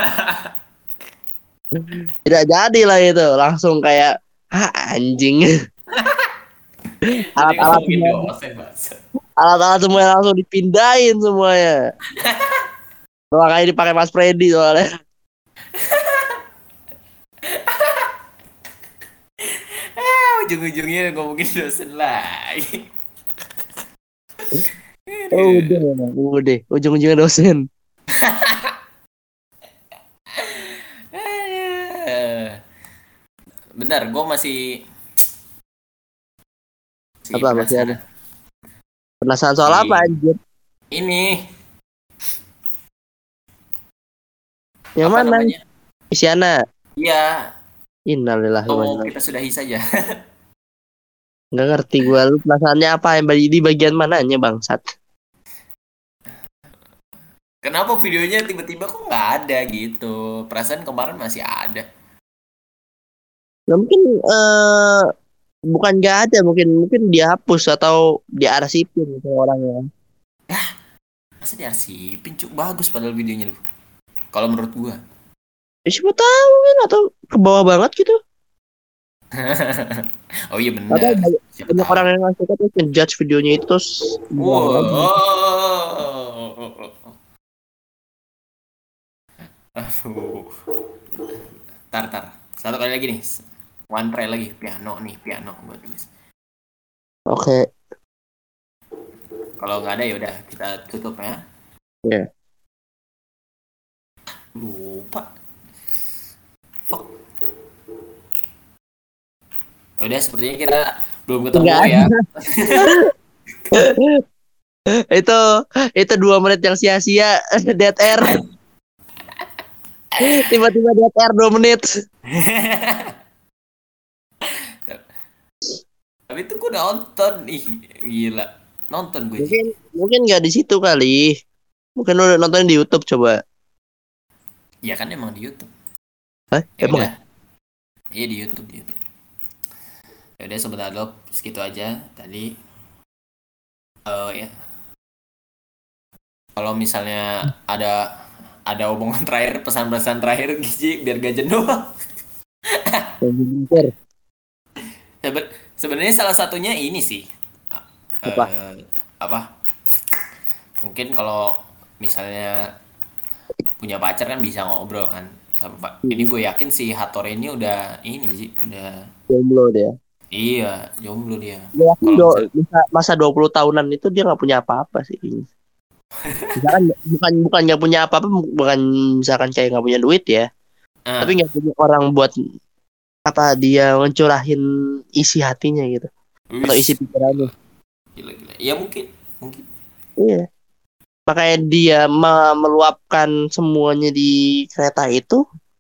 Tidak jadi lah itu. Langsung kayak, ah anjing. Jadi Alat-alat ngomongin semua, dosen bahasa. alat-alat semuanya langsung dipindahin semuanya. Makanya dipakai Mas Freddy soalnya. Ah, ujung-ujungnya ngomongin dosen lagi. Oh, Aduh. udah, udah. Ujung-ujungnya dosen. Eh, Bentar, gue masih masih Apa masih ada? penasaran. Penasaran soal apa Si anjir? ini Yang apa mana? namanya? Isyana. Iya, Innalillahi atau wa mau inna kita sudahi saja. Nggak ngerti gue. Lu penasarannya apa? Yang bagi- di bagian mananya bangsat? Kenapa videonya tiba-tiba kok nggak ada gitu? Perasaan kemarin masih ada. Ya, mungkin eh bukan nggak ada. Mungkin mungkin dihapus atau diarsipin gitu orangnya. Masa diarsipin, cuk, bagus padahal videonya lu. Kalau menurut gua. Ya, siapa tahu kan atau ke bawah banget gitu. Oh iya Atau benar. banyak, Siapa banyak tahu. orang yang nggak suka terus ngejudge videonya itu terus buang aja. Wow. Aduh. Tar, tar. Satu kali lagi nih. One try lagi. Piano nih, piano buat tulis. Oke. Kalau nggak ada ya udah kita tutup ya. Ya. Lupa. Fuck. Udah sepertinya kita belum ketemu Nggak ya. ada. itu itu dua menit yang sia-sia. Dead air. Tiba-tiba dead air dua menit. Tapi itu gue nonton. Ih, gila. Nonton gue, Ji. Mungkin mungkin nggak di situ kali. Mungkin lu nonton di YouTube coba. Ya kan emang di YouTube. Hah? Ya Emang udah. ya? Iya di YouTube, di YouTube. Ya udah sebentar dulu segitu aja tadi. Eh ya, kalau misalnya ada ada omongan terakhir, pesan-pesan terakhir Gizi biar gak jenuh. Pinter. Seben- Sebenarnya salah satunya ini sih. Apa? Eh apa? Mungkin kalau misalnya punya pacar kan bisa ngobrol kan sama Pak. Ini Hmm, gue yakin si Hattori ini udah ini sih, udah jomblo dia. iya, jomblo dia. Gue yakin Kalau do, misal masa, masa dua puluh tahunan itu dia nggak punya apa-apa sih. Misalkan bukan bukan nggak punya apa-apa, bukan misalkan kayak nggak punya duit ya, tapi ah, nggak punya orang buat apa dia mencurahin isi hatinya gitu atau isi wis, pikirannya. gila gila. Ya mungkin, mungkin. Iya. Makanya dia me- meluapkan semuanya di kereta itu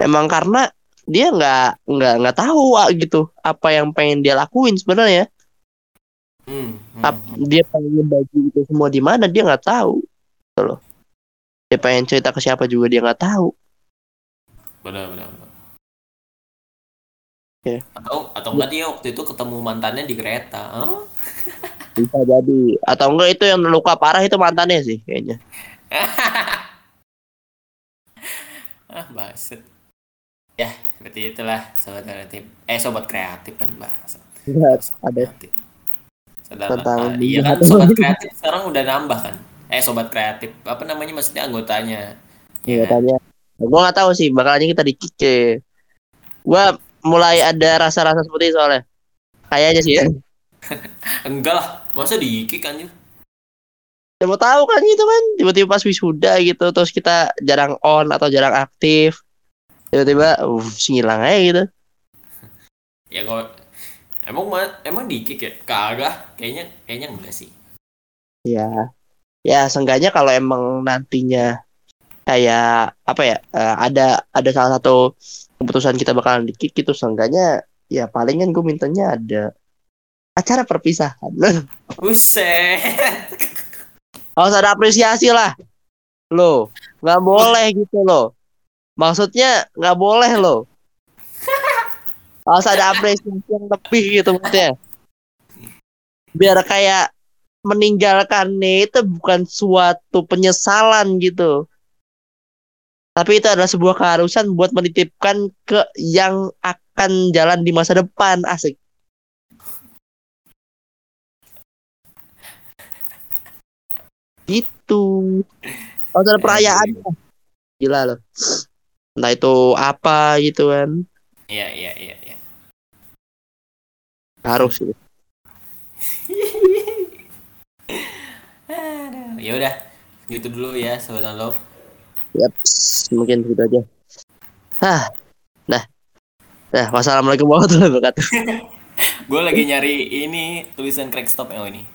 emang karena dia nggak nggak nggak tahu ah, gitu apa yang pengen dia lakuin sebenarnya. Hmm, hmm, Ap- hmm. dia pengen bagi itu semua di mana dia nggak tahu gitu loh. Dia pengen cerita ke siapa juga dia nggak tahu. Benar, benar, benar. Ya, Atau atau enggak dia waktu itu ketemu mantannya di kereta. Hah? bisa jadi. Atau enggak itu yang luka parah itu mantannya sih kayaknya. Ah, baset. Ya, seperti itulah sobat kreatif. Eh, sobat kreatif kan bahasa. Lihat Sobat ada kreatif. Saudara, tentang ah, iya kan sobat kreatif sekarang udah nambah kan? Eh, sobat kreatif. Apa namanya maksudnya anggotanya? Ya ya kan? tanya. Gue nggak tahu sih bakalnya kita di kick. Gue mulai ada rasa-rasa seperti itu soalnya. Kayaknya sih ya. Enggak lah, masa di kick anjir? Ya mau tahu kan gitu kan. Tiba-tiba pas wisuda gitu. Terus kita jarang on atau jarang aktif. Tiba-tiba uh, ngilang aja gitu. Ya kalau emang ma- emang di kick ya? Kagak, kayaknya kayaknya enggak sih. Ya. Ya seenggaknya kalau emang nantinya kayak apa ya eh, ada ada salah satu keputusan kita bakalan di kick gitu seenggaknya ya palingan gue mintanya ada acara perpisahan. Buset. Harus ada apresiasi lah lo. Nggak boleh gitu loh. Maksudnya nggak boleh loh. Harus ada apresiasi yang lebih gitu maksudnya. Biar kayak meninggalkannya itu bukan suatu penyesalan gitu. Tapi itu adalah sebuah keharusan buat menitipkan ke yang akan jalan di masa depan. Asik. Gitu. Harus ada Aduh. perayaan. Gila loh. Entah itu apa gitu kan. Iya, iya, iya, iya. Harus gitu. Aduh. Ya udah, gitu dulu ya sobat Love. Yaps, mungkin gitu aja. Hah, nah, nah, wassalamualaikum warahmatullahi wabarakatuh. Gue lagi nyari ini tulisan crack stop yang ini.